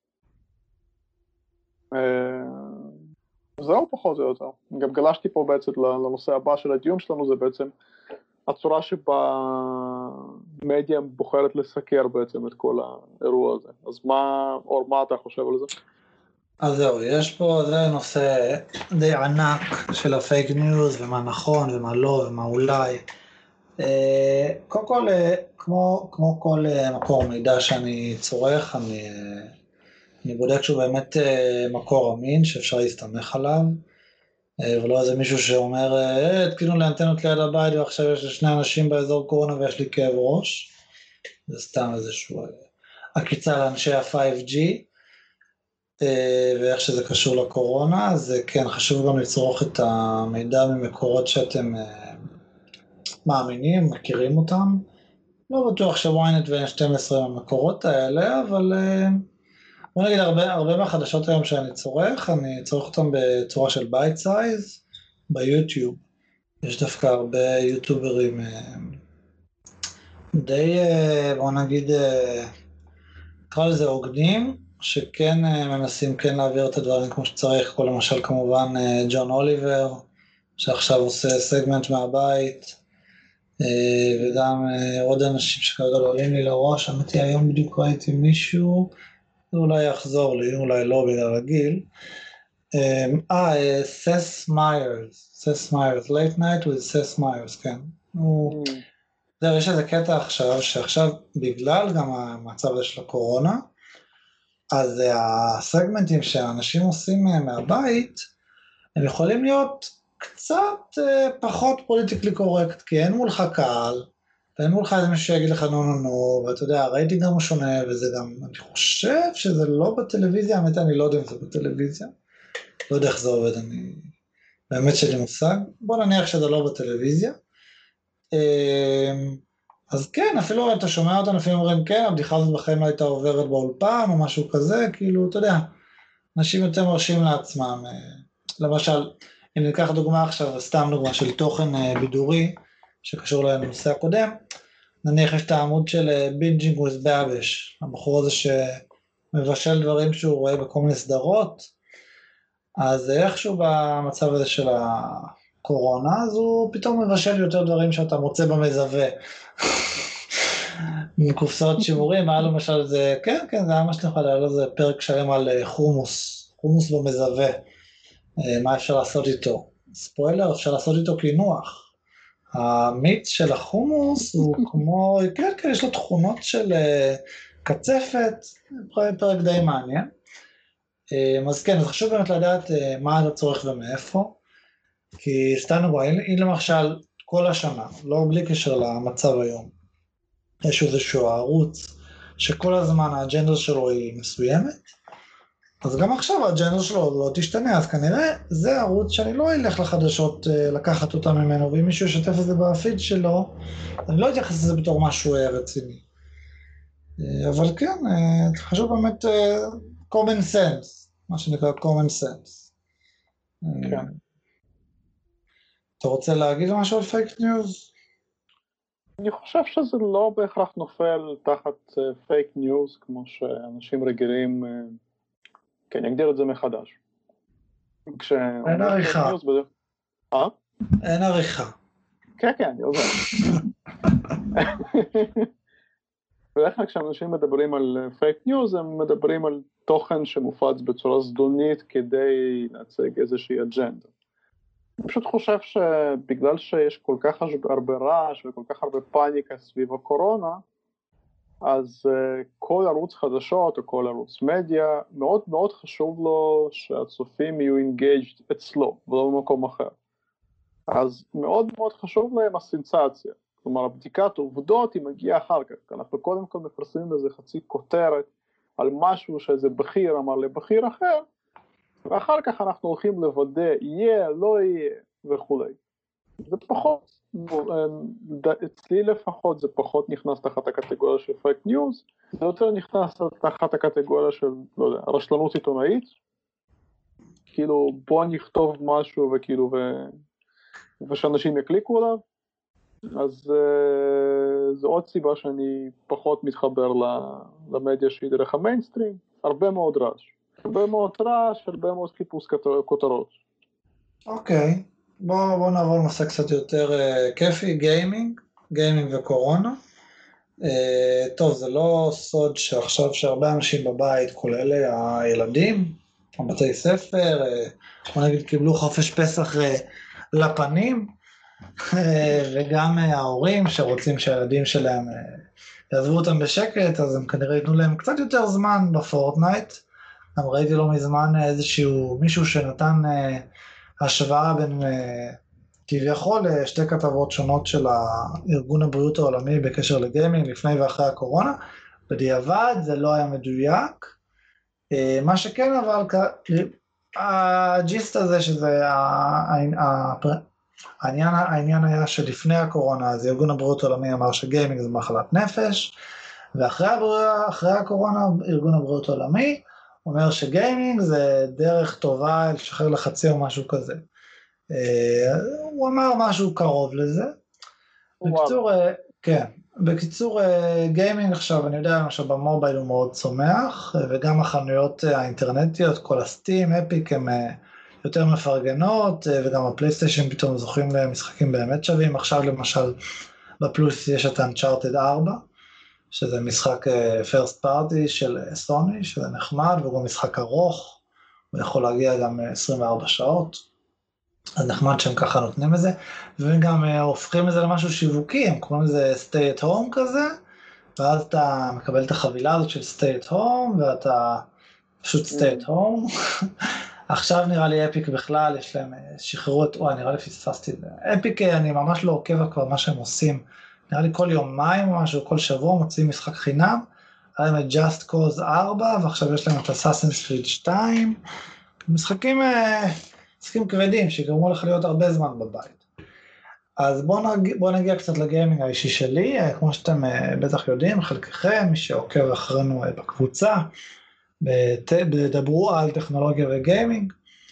זהו פחות או יותר. גם גלשתי פה בעצם לנושא הבא של הדיון שלנו, זה בעצם הצורה שבה מדיה בוחרת לסקר בעצם את כל האירוע הזה. אז מה, אור, מה אתה חושב על זה? אז זהו, יש פה, זה נושא די ענק של הפייק ניוז, ומה נכון ומה לא ומה אולי. קודם כל, כמו, כמו כל מקור מידע שאני צורך, אני, אני בודק שהוא באמת מקור אמין שאפשר להסתמך עליו, ולא איזה מישהו שאומר, אה, התקינו לאנטנות ליד הבית ועכשיו יש שני אנשים באזור קורונה ויש לי כאב ראש. זה סתם איזשהו עקיצה לאנשי ה-פייב ג'י, ואיך שזה קשור לקורונה, אז כן, חשוב גם לצרוך את המידע ממקורות שאתם מאמינים, מכירים אותם. לא בטוח ש-ynet ו-אן שתים עשרה הם המקורות האלה, אבל בוא נגיד, הרבה, הרבה מהחדשות היום שאני צורך, אני צורך אותם בצורה של בייט סייז, ביוטיוב. יש דווקא הרבה יוטיוברים די, בוא נגיד, נקרא לזה הוגנים, שכן מנסים כן להעביר את הדברים כמו שצריך, כמו למשל כמובן ג'ון אוליבר, שעכשיו עושה סגמנט מהבית, וגם עוד אנשים שכרגע לא עולים לי לראש, אמרתי היום בדיוק ראיתי מישהו, זה אולי יחזור לי, אולי לא בגלל הגיל, אה, סס מיירס, סס מיירס, late night with סס מיירס, כן. הוא... זהו, יש איזה קטע עכשיו, שעכשיו בגלל גם המצב הזה של הקורונה, אז הסגמנטים שהאנשים עושים מהבית, הם יכולים להיות קצת פחות פוליטיקלי קורקט, כי אין מולך קהל, ואין מולך איזה מישהו שיגיד לך נו נו נו, ואתה יודע, הרייטינג גם הוא שונה, וזה גם, אני חושב שזה לא בטלוויזיה, האמת אני לא יודע אם זה בטלוויזיה, לא יודע איך זה עובד, אני באמת שלי מושג, בוא נניח שזה לא בטלוויזיה, אז כן, אפילו אתה שומע אותנו, אפילו אומרים, כן, הבדיחה הזאת בחיים לא הייתה עוברת באולפן, או משהו כזה, כאילו, אתה יודע, אנשים יותר מרשים לעצמם, למשל, אם ניקח דוגמה עכשיו, סתם דוגמה של תוכן בידורי, שקשור לנושא הקודם, נניח יש את העמוד של בינג'ינג וויז באבש, הבחור הזה שמבשל דברים שהוא רואה בכל מיני סדרות, אז איכשהו במצב הזה של הקורונה, אז הוא פתאום מבשל יותר דברים שאתה מוצא במזווה. מקופסאות שימורים, היה למשל זה, כן, כן, זה היה מה שנוכל, היה לו זה פרק שלם על חומוס, חומוס במזווה, מה אפשר לעשות איתו. ספוילר, אפשר לעשות איתו קינוח. המיץ של החומוס הוא כמו, כן, כן, יש לו תכונות של קצפת, פרק די מעניין. אז כן, אז חשוב באמת לדעת מה אתה צורך ומאיפה, כי סתנו, אם למשל כל השנה, לא בלי קשר למצב היום, יש איזשהו ערוץ שכל הזמן האג'נדה שלו היא מסוימת, אז גם עכשיו האג'נדה שלו לא תשתנה, אז כנראה זה ערוץ שאני לא אלך לחדשות לקחת אותה ממנו, ואם מישהו ישתף את זה בפיד שלו, אני לא אתייחס לזה בתור משהו רציני. אבל כן, חשוב באמת common sense, מה שנקרא common sense. כן. אתה רוצה להגיד משהו על פייק ניוז? אני חושב שזה לא בהכרח נופל תחת פייק ניוז, כמו שאנשים רגילים, כן, יגדיר את זה מחדש. אין עריכה. אה? אין עריכה. כן, כן, אני עוזר. בדרך כלל כשאנשים מדברים על פייק ניוז, הם מדברים על תוכן שמופץ בצורה זדונית כדי להציג איזושהי אג'נדה. אני פשוט חושב שבגלל שיש כל כך הרבה רעש וכל כך הרבה פאניקה סביב הקורונה, אז uh, כל ערוץ חדשות או כל ערוץ מדיה, מאוד מאוד חשוב לו שהצופים יהיו engaged אצלו, ולא במקום אחר. אז מאוד מאוד חשוב להם הסנסציה. כלומר, הבדיקת עובדות היא מגיעה אחר כך. אנחנו קודם כל מפרסמים איזה חצי כותרת על משהו שאיזה בכיר אמר לבכיר אחר, ואחר כך אנחנו הולכים לוודא יהיה, לא יהיה וכו'. זה פחות, אצלי לפחות זה פחות נכנס תחת הקטגוריה של פייק ניוז, זה יותר נכנס תחת הקטגוריה של, לא יודע, רשלנות עיתונאית, כאילו בוא נכתוב משהו וכאילו, ו... ושאנשים יקליקו עליו, אז uh, זו עוד סיבה שאני פחות מתחבר למדיה שהיא דרך המיינסטרים, הרבה מאוד רעש, הרבה מאוד רעש, הרבה מאוד חיפוש כותרות. אוקיי, בואו בוא נעבור לנושא קצת יותר uh, כיפי, גיימינג, גיימינג וקורונה. Uh, טוב, זה לא סוד שעכשיו שהרבה אנשים בבית, כולל הילדים, הבתי ספר, uh, בוא נגיד קיבלו חופש פסח uh, לפנים, וגם ההורים שרוצים שהילדים שלהם יעזבו אותם בשקט, אז הם כנראה ייתנו להם קצת יותר זמן בפורטנייט. גם ראיתי לא מזמן איזשהו מישהו שנתן השוואה בין כביכול לשתי כתבות שונות של ארגון הבריאות העולמי בקשר לגיימינג לפני ואחרי הקורונה. בדיעבד זה לא היה מדויק. מה שכן אבל, הג'יסט הזה שזה העניין, העניין היה שלפני הקורונה, אז ארגון הבריאות העולמי אמר שגיימינג זה מחלת נפש, ואחרי הבריאות, אחרי הקורונה, ארגון הבריאות העולמי אומר שגיימינג זה דרך טובה לשחרר לחצי או משהו כזה. הוא אמר משהו קרוב לזה. בקיצור, כן, בקיצור, גיימינג עכשיו, אני יודע למשל במובייל הוא מאוד צומח, וגם החנויות האינטרנטיות, כל הסטים, אפיק, הם יותר מפרגנות, וגם הפלייסטיישן פתאום זוכים למשחקים באמת שווים. עכשיו למשל בפלוס יש את Uncharted ארבע, שזה משחק first party של סוני, שזה נחמד, והוא גם משחק ארוך, הוא יכול להגיע גם עשרים וארבע שעות, אז נחמד שהם ככה נותנים את זה, וגם הופכים את זה למשהו שיווקי, הם קוראים לזה stay at home כזה, ואז אתה מקבל את החבילה הזאת של stay at home, ואתה פשוט stay at home, עכשיו נראה לי אפיק בכלל, יש להם שחררו את, וואי, נראה לי פספסתי את זה. אפיק, אני ממש לא עוקב כבר מה שהם עושים. נראה לי כל יומיים או משהו, כל שבוע מוצאים משחק חינם, היה להם את Just Cause ארבע, ועכשיו יש להם את Assassin's Creed שתיים, משחקים, משחקים כבדים, שגרמו לך להיות הרבה זמן בבית. אז בואו נגיע, בוא נגיע קצת לגיימינג האישי שלי, כמו שאתם בטח יודעים, חלקכם, מי שעוקב אחרינו בקבוצה, בדברו על טכנולוגיה וגיימינג,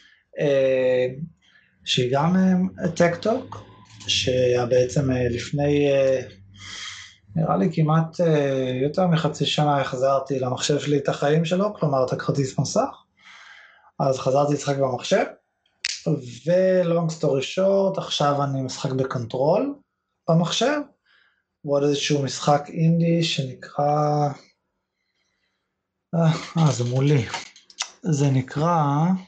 שהיא גם טק-טוק, שבעצם לפני, נראה לי כמעט יותר מחצי שנה החזרתי למחשב שלי את החיים שלו, כלומר את הכרטיס מסך, אז חזרתי לשחק במחשב, ולונג סטורי שורט, עכשיו אני משחק בקונטרול במחשב, ועוד איזשהו משחק אינדי שנקרא, אה, זה מולי. זה נקרא,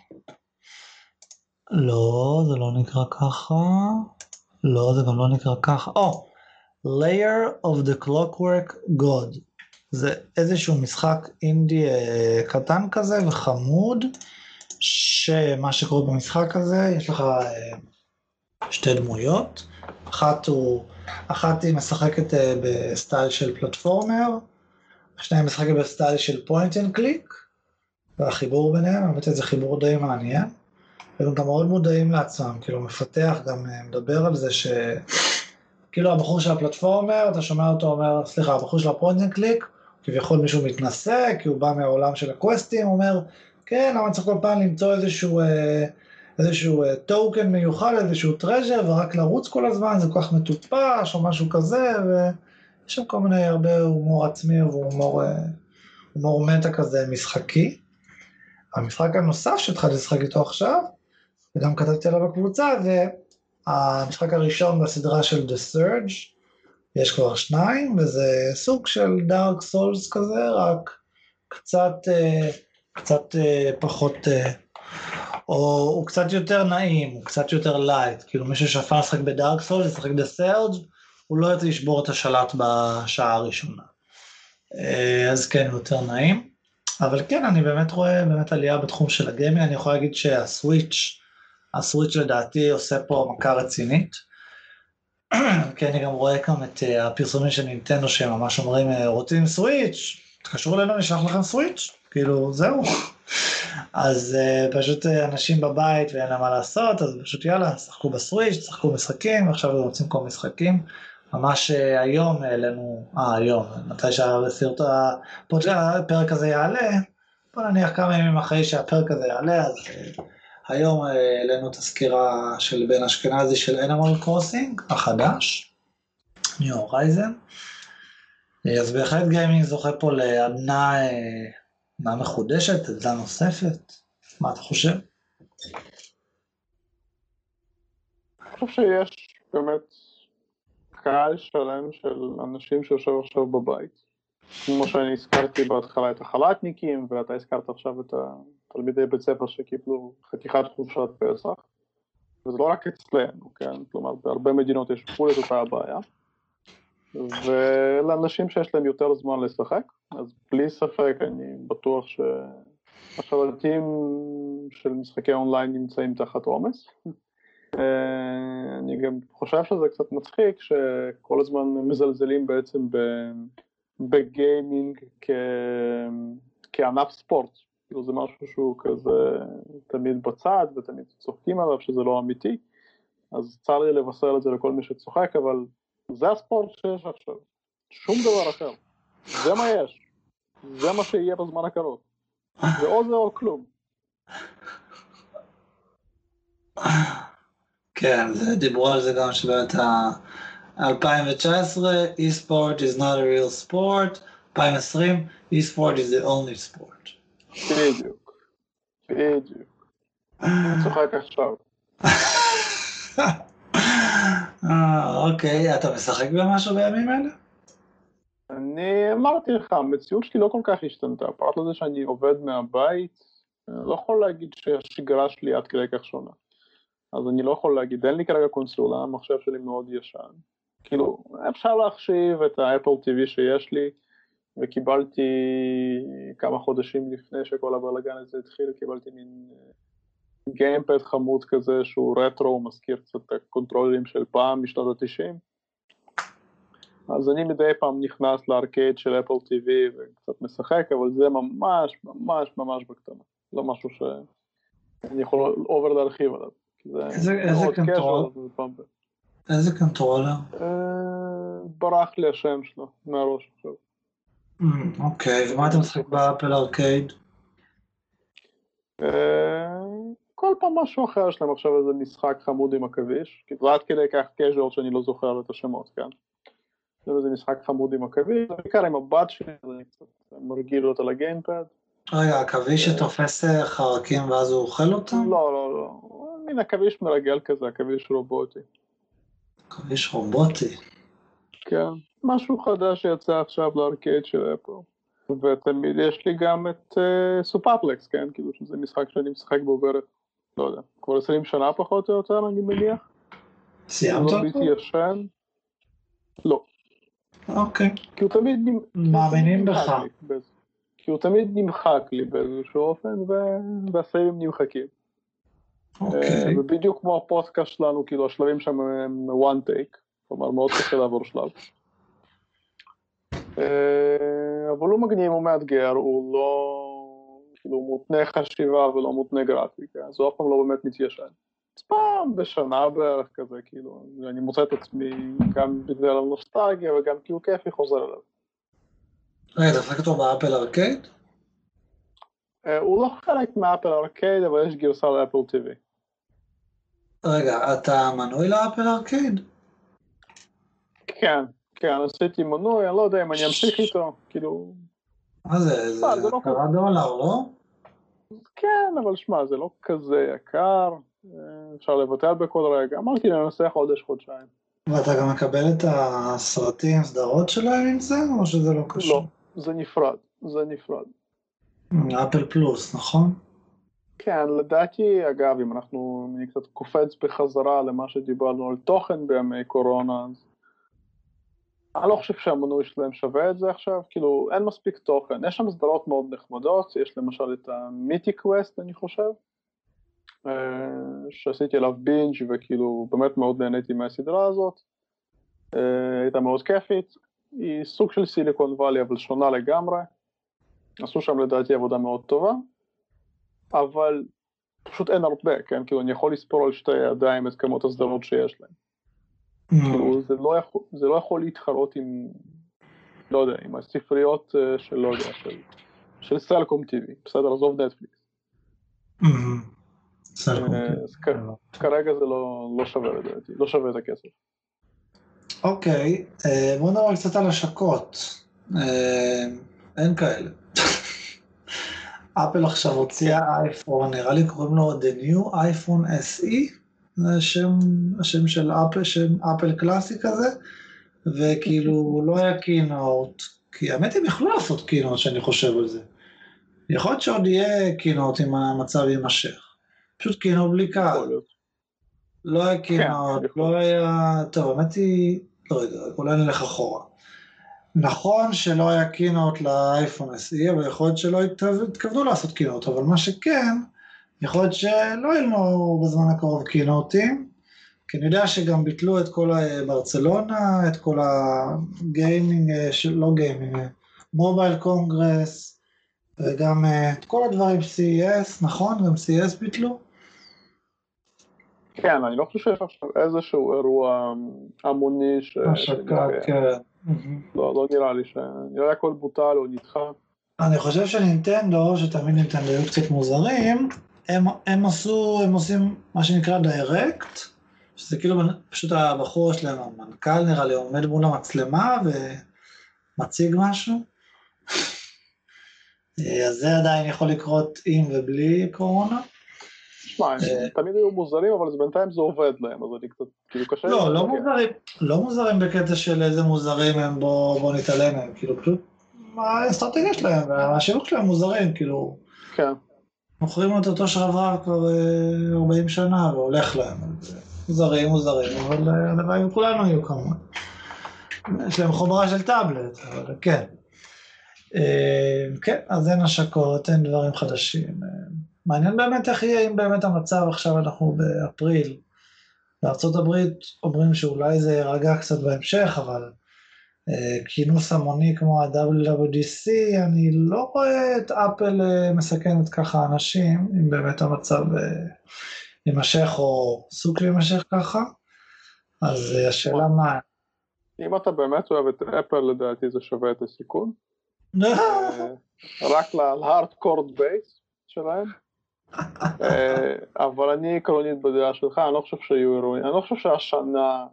לא, זה לא נקרא ככה, לא, זה גם לא נקרא ככה, או, Layer of the Clockwork God. זה איזשהו משחק אינדי אה, קטן כזה וחמוד, שמה שקורה במשחק הזה, יש לך אה, שתי דמויות, אחת, הוא, אחת היא משחקת אה, בסטייל של פלטפורמר, השניים משחקים בסטייל של פוינט אנד קליק, והחיבור ביניהם, באמת זה חיבור די מעניין, והם גם מאוד מודעים לעצמם, כאילו מפתח גם מדבר על זה ש... כאילו הבחור של הפלטפורמר, אתה שומע אותו אומר, סליחה, הבחור של הפוינט אנד קליק, כביכול מישהו מתנסה, כי הוא בא מהעולם של הקווסטים, הוא אומר, כן, למה צריך כל פעם למצוא איזשהו, איזשהו טוקן מיוחד, איזשהו טרז'ר, ורק לרוץ כל הזמן, זה כל כך מטופש או משהו כזה, ויש שם כל מיני הרבה הומור עצמי והומור הומור מטה כזה משחקי. המשחק הנוסף שהתחלתי לשחק איתו עכשיו, וגם כתבתי עליו בקבוצה, זה המשחק הראשון בסדרה של The Surge, יש כבר שניים, וזה סוג של Dark Souls כזה, רק קצת, קצת פחות, או הוא קצת יותר נעים, הוא קצת יותר לייט, כאילו מי ששפע לשחק בדארק סולס, לשחק בסרג', הוא לא יצא לשבור את השלט בשעה הראשונה. אז כן, הוא יותר נעים. אבל כן, אני באמת רואה באמת עלייה בתחום של הגיימינג, אני יכול להגיד שהסוויץ', הסוויץ' לדעתי עושה פה מכה רצינית. כי אני גם רואה כאן את הפרסומים של נינטנדו שהם ממש אומרים, רוצים סוויץ', תקשרו אלינו, נשלח לכם סוויץ', כאילו זהו. אז uh, פשוט אנשים בבית ואין להם מה לעשות, אז פשוט יאללה, שחקו בסוויץ', שחקו משחקים, ועכשיו הם רוצים כל משחקים. ממש uh, היום העלינו, אה היום, מתי שהסרט הפרק הזה יעלה, בוא נניח כמה ימים אחרי שהפרק הזה יעלה, אז uh, היום uh, העלינו את הסקירה של בן אשכנזי של Animal Crossing החדש, New Horizon. אז בהחלט גיימינג זוכה פה לעדנה מה מחודשת, עדנה נוספת. מה אתה חושב? אני חושב שיש באמת קהל שלם של אנשים שיושב עכשיו בבית. כמו שאני הזכרתי בהתחלה את החלטניקים, ואתה הזכרת עכשיו את התלמידי בית ספר שקיבלו חתיכת חופשת פסח. וזה לא רק אצלנו, כן? כלומר, בהרבה מדינות יש פול את אותה הבעיה. ולאנשים שיש להם יותר זמן לשחק, אז בלי ספק אני בטוח שהשרתים של משחקי אונליין נמצאים תחת עומס. אני גם חושב שזה קצת מצחיק שכל הזמן מזלזלים בעצם בגיימינג כענף ספורט. זה משהו שהוא כזה תמיד בצד ותמיד צוחקים עליו שזה לא אמיתי, אז צר לי לבשר את זה לכל מי שצוחק, אבל זה הספורט שיש עכשיו, שום דבר אחר, זה מה יש, זה מה שיהיה בזמן הקרוב, זה או זה או כלום. כן, דיברו על זה גם שבאמת ה-אלפיים תשע עשרה, e-sport is not a real sport, אלפיים עשרים, e-sport is the only sport. בדיוק, בדיוק, אני צוחק עכשיו. אוקיי, אתה משחק במשהו בימים האלה? אני אמרתי לך, המציאות שלי לא כל כך השתנתה, פרט לזה שאני עובד מהבית, אני לא יכול להגיד שהשגרה שלי עד כדי כך שונה. אז אני לא יכול להגיד, אין לי כרגע קונסולה, המחשב שלי מאוד ישן. כאילו, אפשר להחשיב את האפל טי וי שיש לי, וקיבלתי כמה חודשים לפני שכל הבלגן הזה התחיל, קיבלתי מין גיימפד חמוד כזה שהוא רטרו, הוא מזכיר קצת את הקונטרולרים של פעם משנות ה-תשעים. אז אני מדי פעם נכנס לארקייד של אפל טי וי וקצת משחק, אבל זה ממש ממש ממש בקטנה. לא משהו שאני יכול אובר להרחיב עליו. איזה קונטרול? איזה קונטרולר? ברח לי השם שלו, מהראש עכשיו. אוקיי, ומה אתה משחק באפל ארקייד? כל פעם משהו אחר שלהם, עכשיו איזה משחק חמוד עם עכביש, כי זה עד כדי כך קז'ואל שאני לא זוכר את השמות, כן? זה איזה משחק חמוד עם עכביש, זה בעיקר עם הבת שלי, אז אני קצת מרגיל אותה לגיימפד. רגע, עכביש שתופס חרקים ואז הוא אוכל אותם? לא, לא, לא. מין עכביש מרגל כזה, עכביש רובוטי. עכביש רובוטי? כן, משהו חדש שיצא עכשיו לארקייד של אפל. ותמיד יש לי גם את סופאפלקס, כן? כאילו שזה משחק שאני משחק בו בערך, לא יודע, כבר עשרים שנה פחות או יותר, אני מניח. סיימת אותו? לא ביתי ישן. לא. אוקיי. כי הוא תמיד... מאמינים בך. כי הוא תמיד נמחק לי באיזשהו אופן, והסייבים נמחקים. אוקיי. ובדיוק כמו הפודקאסט שלנו, כאילו השלבים שם הם one take, כלומר מאוד קשה לעבור שלב. אבל הוא מגניב, הוא מאתגר, הוא לא... כאילו הוא מותנה חשיבה ולא מותנה גרפיקה, אז הוא אף פעם לא באמת מתיישן. אז פעם בשנה בערך כזה, כאילו, אני מוצא את עצמי גם בגלל הנוסטלגיה וגם כאילו כיפי חוזר אליו. רגע, אתה משחק אותו באפל ארקייד? הוא לא חלק מאפל ארקייד, אבל יש גרסה לאפל טי וי. רגע, אתה מנוי לאפל ארקייד? כן, כן, עשיתי מנוי, אני לא יודע אם אני אמשיך איתו, כאילו... מה זה? זה עשרה דולר, לא? כן, אבל שמע, זה לא כזה יקר, אפשר לבטל בכל רגע, אמרתי לנסה חודש, חודשיים. ואתה גם מקבל את הסרטים, סדרות שלהם עם זה, או שזה לא קשור? לא, זה נפרד, זה נפרד. אפל פלוס, נכון? כן, לדעתי, אגב, אם אנחנו קצת קופץ בחזרה למה שדיברנו על תוכן בימי קורונה, אז אני לא חושב שהמנוי שלהם שווה את זה עכשיו, כאילו אין מספיק תוכן, יש שם סדרות מאוד נחמדות, יש למשל את המיטי קווסט אני חושב, שעשיתי עליו בינג' וכאילו באמת מאוד נהניתי מהסדרה הזאת, הייתה מאוד כיפית, היא סוג של סיליקון וואלי אבל שונה לגמרי, עשו שם לדעתי עבודה מאוד טובה, אבל פשוט אין הרבה, כן, כאילו אני יכול לספור על שתי ידיים את כמות הסדרות שיש להם. כאילו זה לא יכול, זה לא יכול להתחרות עם, לא יודע, עם הספריות של, לא יודע, של, של סלקום טי וי, בסדר, עזוב נטפליקס. סלקום טי וי. כרגע זה לא, לא שווה לדעתי, לא שווה את הכסף. אוקיי, בואו נדבר קצת על השקות. אין כאלה. אפל עכשיו הוציאה אייפון, נראה לי קוראים לו The New iPhone אס אי, זה השם, השם של אפל, שם אפל קלאסי כזה, וכאילו לא היה קינוט, כי האמת הם יכלו לעשות קינוט שאני חושב על זה. יכול להיות שעוד יהיה קינוט אם המצב יימשך. פשוט קינוט בלי קהל. לא היה קינוט, לא היה, טוב, האמת היא, לא יודע, אולי נלך אחורה. נכון שלא היה קינוט לאייפון אס אי, אבל יכול להיות שלא התכוונו לעשות קינוט, אבל מה שכן, יכול להיות שלא ילנו בזמן הקרוב קינוטים, כי אני יודע שגם ביטלו את כל ברצלונה, את כל הגיימינג, לא גיימינג, מובייל קונגרס, וגם את כל הדברים סי אי אס, נכון? גם סי אי אס ביטלו? כן, אני לא חושב שיש עכשיו איזשהו אירוע המוני ש... השקה, כן. לא, לא נראה לי ש... נראה הכל בוטל או נדחה. אני חושב שנינטנדו, שתמיד נינטנדו היו קצת מוזרים, הם, הם עשו, הם עושים מה שנקרא דיירקט, שזה כאילו פשוט הבחור שלהם, המנכ"ל נראה לי, עומד מול המצלמה ומציג משהו. אז זה עדיין יכול לקרות עם ובלי קורונה. תשמע, הם תמיד היו מוזרים, אבל בינתיים זה עובד להם, אז אני קצת, כאילו קשה... לא, לא מוזרים, לא מוזרים בקטע של איזה מוזרים הם, בוא נתעלם הם, כאילו פשוט, מה האסטרטגיה שלהם, והשיווק שלהם מוזרים, כאילו... כן. מוכרים את אותו שרברב כבר ארבעים שנה, והולך להם, מוזרים, מוזרים, אבל הלוואי וכולנו היו כמובן. יש להם חומרה של טאבלט, אבל כן. כן, אז אין השקות, אין דברים חדשים. מעניין באמת איך יהיה, אם באמת המצב, עכשיו אנחנו באפריל, בארצות הברית אומרים שאולי זה ירגע קצת בהמשך, אבל כינוס המוני כמו ה-דאבליו דאבליו די סי, אני לא רואה את אפל מסכנת ככה אנשים, אם באמת המצב יימשך או סוג שימשך ככה, אז השאלה מה... אם אתה באמת אוהב את אפל, לדעתי זה שווה את הסיכון. רק להארדקורד בייס שלהם. אבל אני עקרונית בדעה שלך, אני לא חושב שיהיו אירועים, אני לא חושב שהשנה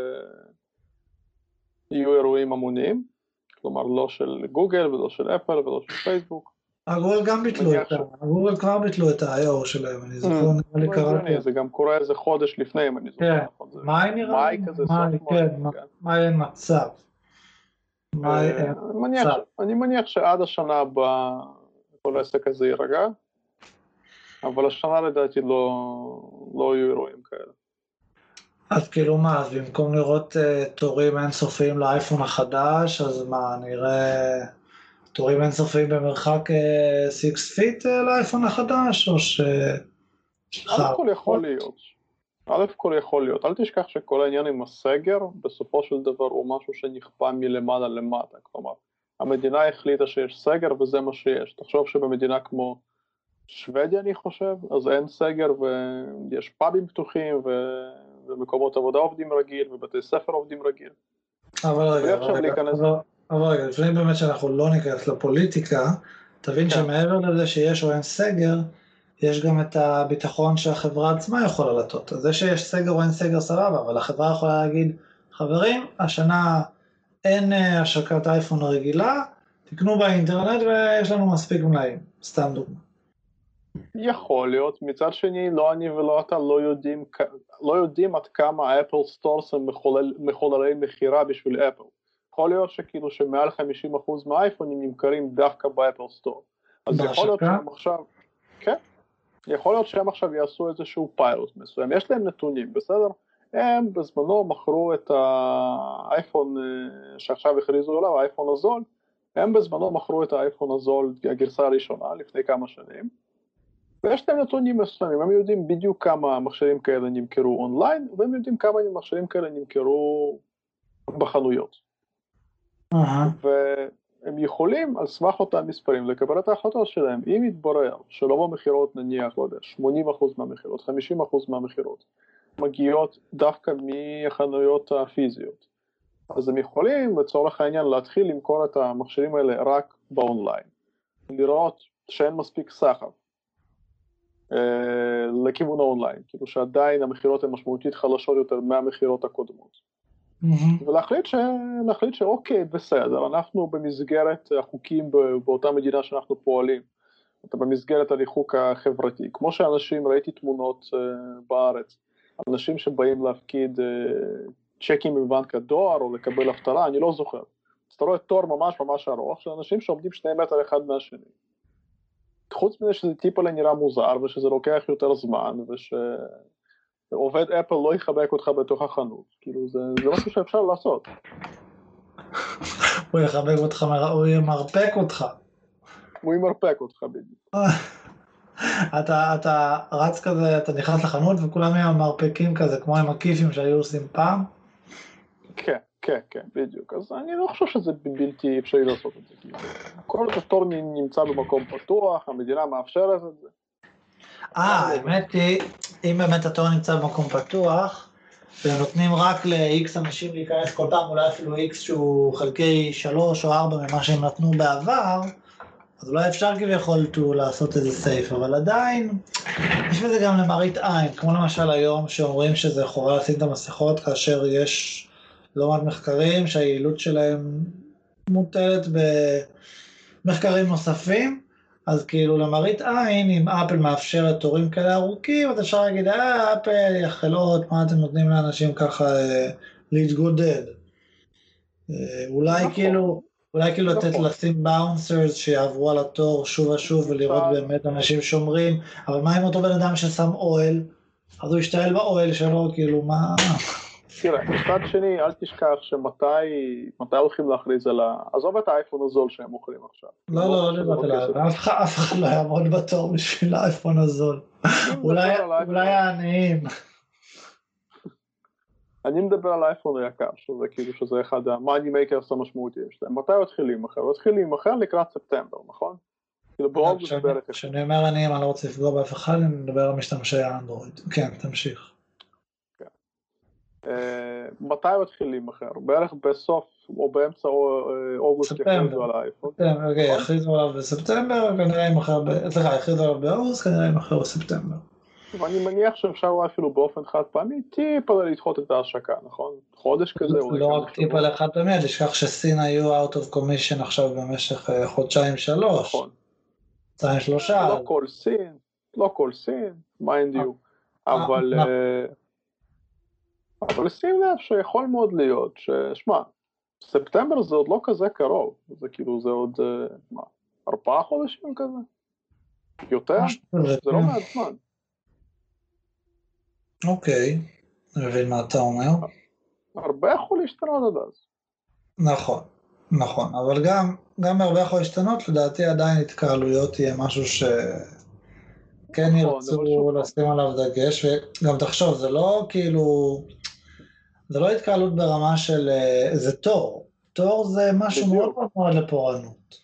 יהיו אירועים המוניים, כלומר לא של גוגל ולא של אפל ולא של פייסבוק. הגוגל גם ביטלו את ה... הגוגל כבר ביטלו את ה-איי או שלהם, אני זוכר, נראה לי קראתי. זה גם קורה איזה חודש לפני, אם אני זוכר. כן, מאי נראה לי? מאי אין מצב. אני מניח שעד השנה הבאה כל העסק הזה יירגע, אבל השנה לדעתי לא יהיו אירועים כאלה. אז כאילו מה, אז במקום לראות תורים אינסופיים לאייפון החדש, אז מה, נראה תורים אינסופיים במרחק שש פיט לאייפון החדש, או ש... א' כל יכול להיות, א' כל יכול להיות, אל תשכח שכל העניין עם הסגר, בסופו של דבר הוא משהו שנכפה מלמעלה למטה, כלומר, המדינה החליטה שיש סגר וזה מה שיש, תחשוב שבמדינה כמו שוודיה אני חושב, אז אין סגר ויש פאבים פתוחים ו... ומקומות עבודה עובדים רגיל ובתי ספר עובדים רגיל. אבל רגע, רגע, אבל רגע, לפני באמת שאנחנו לא ניכנס לפוליטיקה, תבין שמעבר לזה שיש או אין סגר, יש גם את הביטחון שהחברה עצמה יכולה לטות. אז זה שיש סגר או אין סגר סבבה, אבל החברה יכולה להגיד, חברים, השנה אין השקת אייפון הרגילה, תקנו באינטרנט ויש לנו מספיק מלאים, סתם דוגמה. יכול להיות, מצד שני לא אני ולא אתה לא יודעים, לא יודעים עד כמה אפל סטורס הם מחוללי מחירה בשביל אפל. יכול להיות שכאילו שמעל חמישים אחוז מהאייפונים נמכרים דווקא באפל סטור. אז יכול להיות שהם עכשיו, כן, יכול להיות שהם עכשיו יעשו איזשהו פיילוט מסוים, יש להם נתונים, בסדר? הם בזמנו מכרו את האייפון שעכשיו הכריזו עליו, האייפון הזול, הם בזמנו מכרו את האייפון הזול, הגרסה הראשונה, לפני כמה שנים, ויש להם נתונים מסוימים, הם יודעים בדיוק כמה מכשירים כאלה נמכרו אונליין, והם יודעים כמה מכשירים כאלה נמכרו בחנויות. והם יכולים על סמך אותם מספרים לקבל את ההחלטות שלהם. אם יתברר שלא במחירות נניח, לא יודע, שמונים אחוז מהמחירות, חמישים אחוז מהמחירות, מגיעות דווקא מהחנויות הפיזיות, אז הם יכולים לצורך העניין להתחיל למכור את המכשירים האלה רק באונליין, לראות שאין מספיק סחר לכיוון האונליין, כאילו שעדיין המחירות הן משמעותית חלשות יותר מהמחירות הקודמות. ולהחליט ש... להחליט שאוקיי, בסדר, אנחנו במסגרת החוקים באותה מדינה שאנחנו פועלים, אתה במסגרת הריחוק החברתי, כמו שאנשים, ראיתי תמונות בארץ, אנשים שבאים להפקיד צ'קים מבנק הדואר או לקבל אבטלה, אני לא זוכר. אז אתה רואה תור ממש ממש ארוך, של אנשים שעומדים שני מטר אחד מהשני. חוץ מזה שזה טיפה נראה מוזר, ושזה לוקח יותר זמן, ושעובד אפל לא יחבק אותך בתוך החנות. כאילו, זה, זה משהו שאפשר לעשות. הוא יחבק אותך, הוא ימרפק אותך. הוא ימרפק אותך בדיוק. אתה, אתה רץ כזה, אתה נכנס לחנות וכולם הם מרפקים כזה, כמו עם הכיפים שהיו עושים פעם? כן, כן, כן, בדיוק. אז אני לא חושב שזה בלתי אפשרי לעשות את זה. כל התור נמצא במקום פתוח, המדינה מאפשרת את זה. אה, האמת היא, אם באמת התור נמצא במקום פתוח, ונותנים רק ל-X אנשים להיכנס כל פעם, אולי אפילו X שהוא חלקי שלוש או ארבע ממה שהם נתנו בעבר, אז אולי אפשר כביכול לעשות איזה סייף, אבל עדיין, יש בזה גם למראית עין, כמו למשל היום שאומרים שזה חובה לשים את המסכות, כאשר יש לא מעט מחקרים שהיעילות שלהם מוטלת במחקרים נוספים, אז כאילו למראית עין, אם אפל מאפשרת תורים כאלה ארוכים, אז אפשר להגיד, אה, אפל, יחלות, מה אתם נותנים לאנשים ככה להתגודד? אולי כאילו... אולי כאילו לתת לשים באונסרס שיעברו על התור שוב ושוב ולראות באמת אנשים שומרים, אבל מה עם אותו בן אדם ששם אוהל? אז הוא ישתעל באוהל שלו, כאילו מה... תראה, מצד שני, אל תשכח שמתי מתי הולכים להכריז על ה... עזוב את האייפון הזול שהם מוכרים עכשיו. לא, לא, לא דיברתי עליו, אף אחד לא יעמוד בתור בשביל האייפון הזול. אולי העניים. אני מדבר על האייפון היקר, שזה כאילו שזה אחד המאני מייקרס המשמעותיים שלהם. מתי הוא התחיל להימכר? הוא התחיל להימכר לקראת ספטמבר, נכון? כאילו באוגוסט בערך. כשאני אומר אני, אני לא רוצה לפגוע באף אחד, אני מדבר על משתמשי האנדרואיד. כן, תמשיך. מתי הוא התחיל להימכר? בערך בסוף או באמצע אוגוסט יחריזו על האייפון. אוקיי, יחריזו עליו בספטמבר, כנראה ימכר, סליחה, יחריזו עליו באוגוסט, כנראה ימכר בספטמבר. ואני מניח שאפשר אפילו באופן חד פעמי טיפה לדחות את ההשקה, נכון? חודש כזה. לא רק טיפה לחד פעמי, תשכח שסין היו out of commission עכשיו במשך חודשיים שלוש. נכון. חודשיים שלושה. לא כל סין, לא כל סין, mind you. אבל... אבל שים לב שיכול מאוד להיות, ששמע, ספטמבר זה עוד לא כזה קרוב, זה כאילו זה עוד, מה, ארבעה חודשים כזה? יותר? זה לא מעט זמן. אוקיי, אני מבין מה אתה אומר. הרבה יכול להשתנות עד אז. נכון, נכון, אבל גם, גם בהרבה יכול להשתנות, לדעתי עדיין התקהלויות יהיה משהו שכן ירצו לשים עליו דגש, וגם תחשוב, זה לא כאילו, זה לא התקהלות ברמה של, זה תור, תור זה משהו מאוד מאוד לפורענות.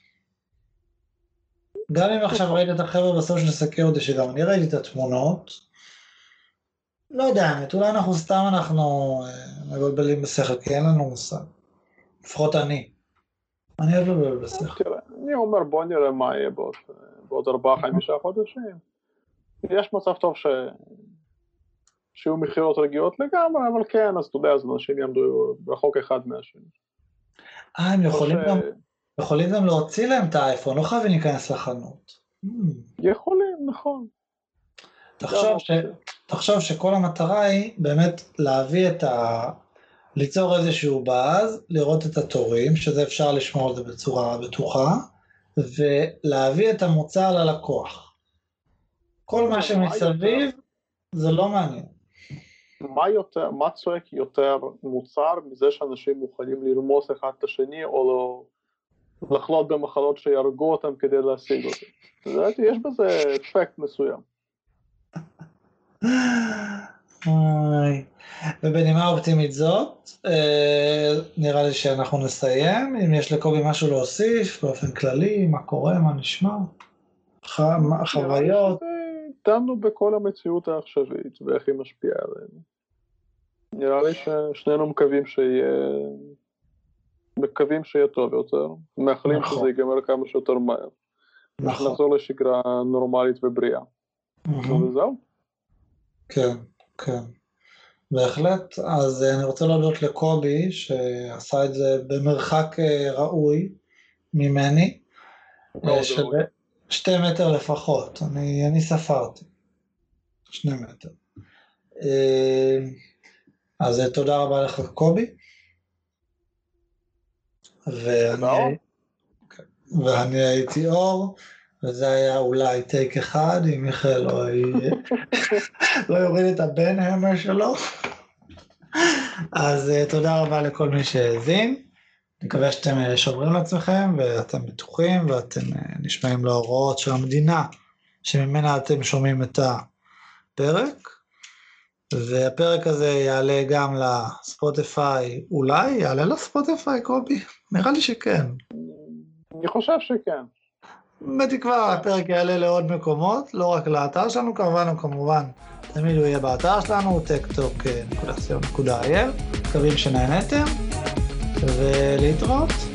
גם אם עכשיו ראיתי את החבר'ה בסושיאל סקיוריטי, שגם אני ראיתי את התמונות, לא יודע, האמת, אולי אנחנו סתם אנחנו מבלבלים בשכל, כי אין לנו מושג. לפחות אני. אני עוד לא מבלבל בשכל. אני אומר, בוא נראה מה יהיה בעוד ארבעה, חמישה חודשים. יש מצב טוב ש... שיהיו מחירות רגיעות לגמרי, אבל כן, אז אתה יודע, אז אנשים יעמדו רחוק אחד מהשני. אה, הם יכולים גם... יכולים גם להוציא להם את האייפון, לא חייבים להיכנס לחנות. יכולים, נכון. תחשוב ש... תחשוב שכל המטרה היא באמת להביא את ה... ליצור איזשהו באז, לראות את התורים, שזה אפשר לשמור על זה בצורה בטוחה, ולהביא את המוצר ללקוח. כל מה שמסביב זה לא מעניין. מה יותר, מה צועק יותר מוצר מזה שאנשים מוכנים לרמוס אחד את השני, או לא לחלות במחלות שיהרגו אותם כדי להשיג אותם. לדעתי, יש בזה אפקט מסוים. ובנימה אופטימית זאת, נראה לי שאנחנו נסיים. אם יש לקובי משהו להוסיף, באופן כללי, מה קורה, מה נשמע, חוויות. דנו בכל המציאות העכשווית, ואיך היא משפיעה עלינו. נראה לי ששנינו מקווים שיהיה, מקווים שיהיה טוב יותר, מאחלים שזה ייגמר כמה שיותר מהר. נחזור לשגרה נורמלית ובריאה. וזהו? כן, כן. בהחלט. אז אני רוצה להודות לקובי, שעשה את זה במרחק ראוי ממני, של שתי מטר לפחות. אני, אני ספרתי. שני מטר. אז תודה רבה לך, קובי. ואני, ואני הייתי אור, וזה היה אולי טייק אחד, אם מיכאל לא, לא יוריד את הבן המר שלו. אז תודה רבה לכל מי שהאזין. אני מקווה שאתם שומרים לעצמכם, ואתם בטוחים, ואתם נשמעים להוראות של המדינה, שממנה אתם שומעים את הפרק. והפרק הזה יעלה גם לספוטיפיי, אולי יעלה לספוטיפיי, קובי? נראה לי שכן. אני חושב שכן. בתקווה, הפרק יעלה לעוד מקומות, לא רק לאתר שלנו, כמובן, כמובן, תמיד הוא יהיה באתר שלנו, טק-טוק נקודה סי או נקודה איי אל, מקווים שנהנתם, ולהתראות.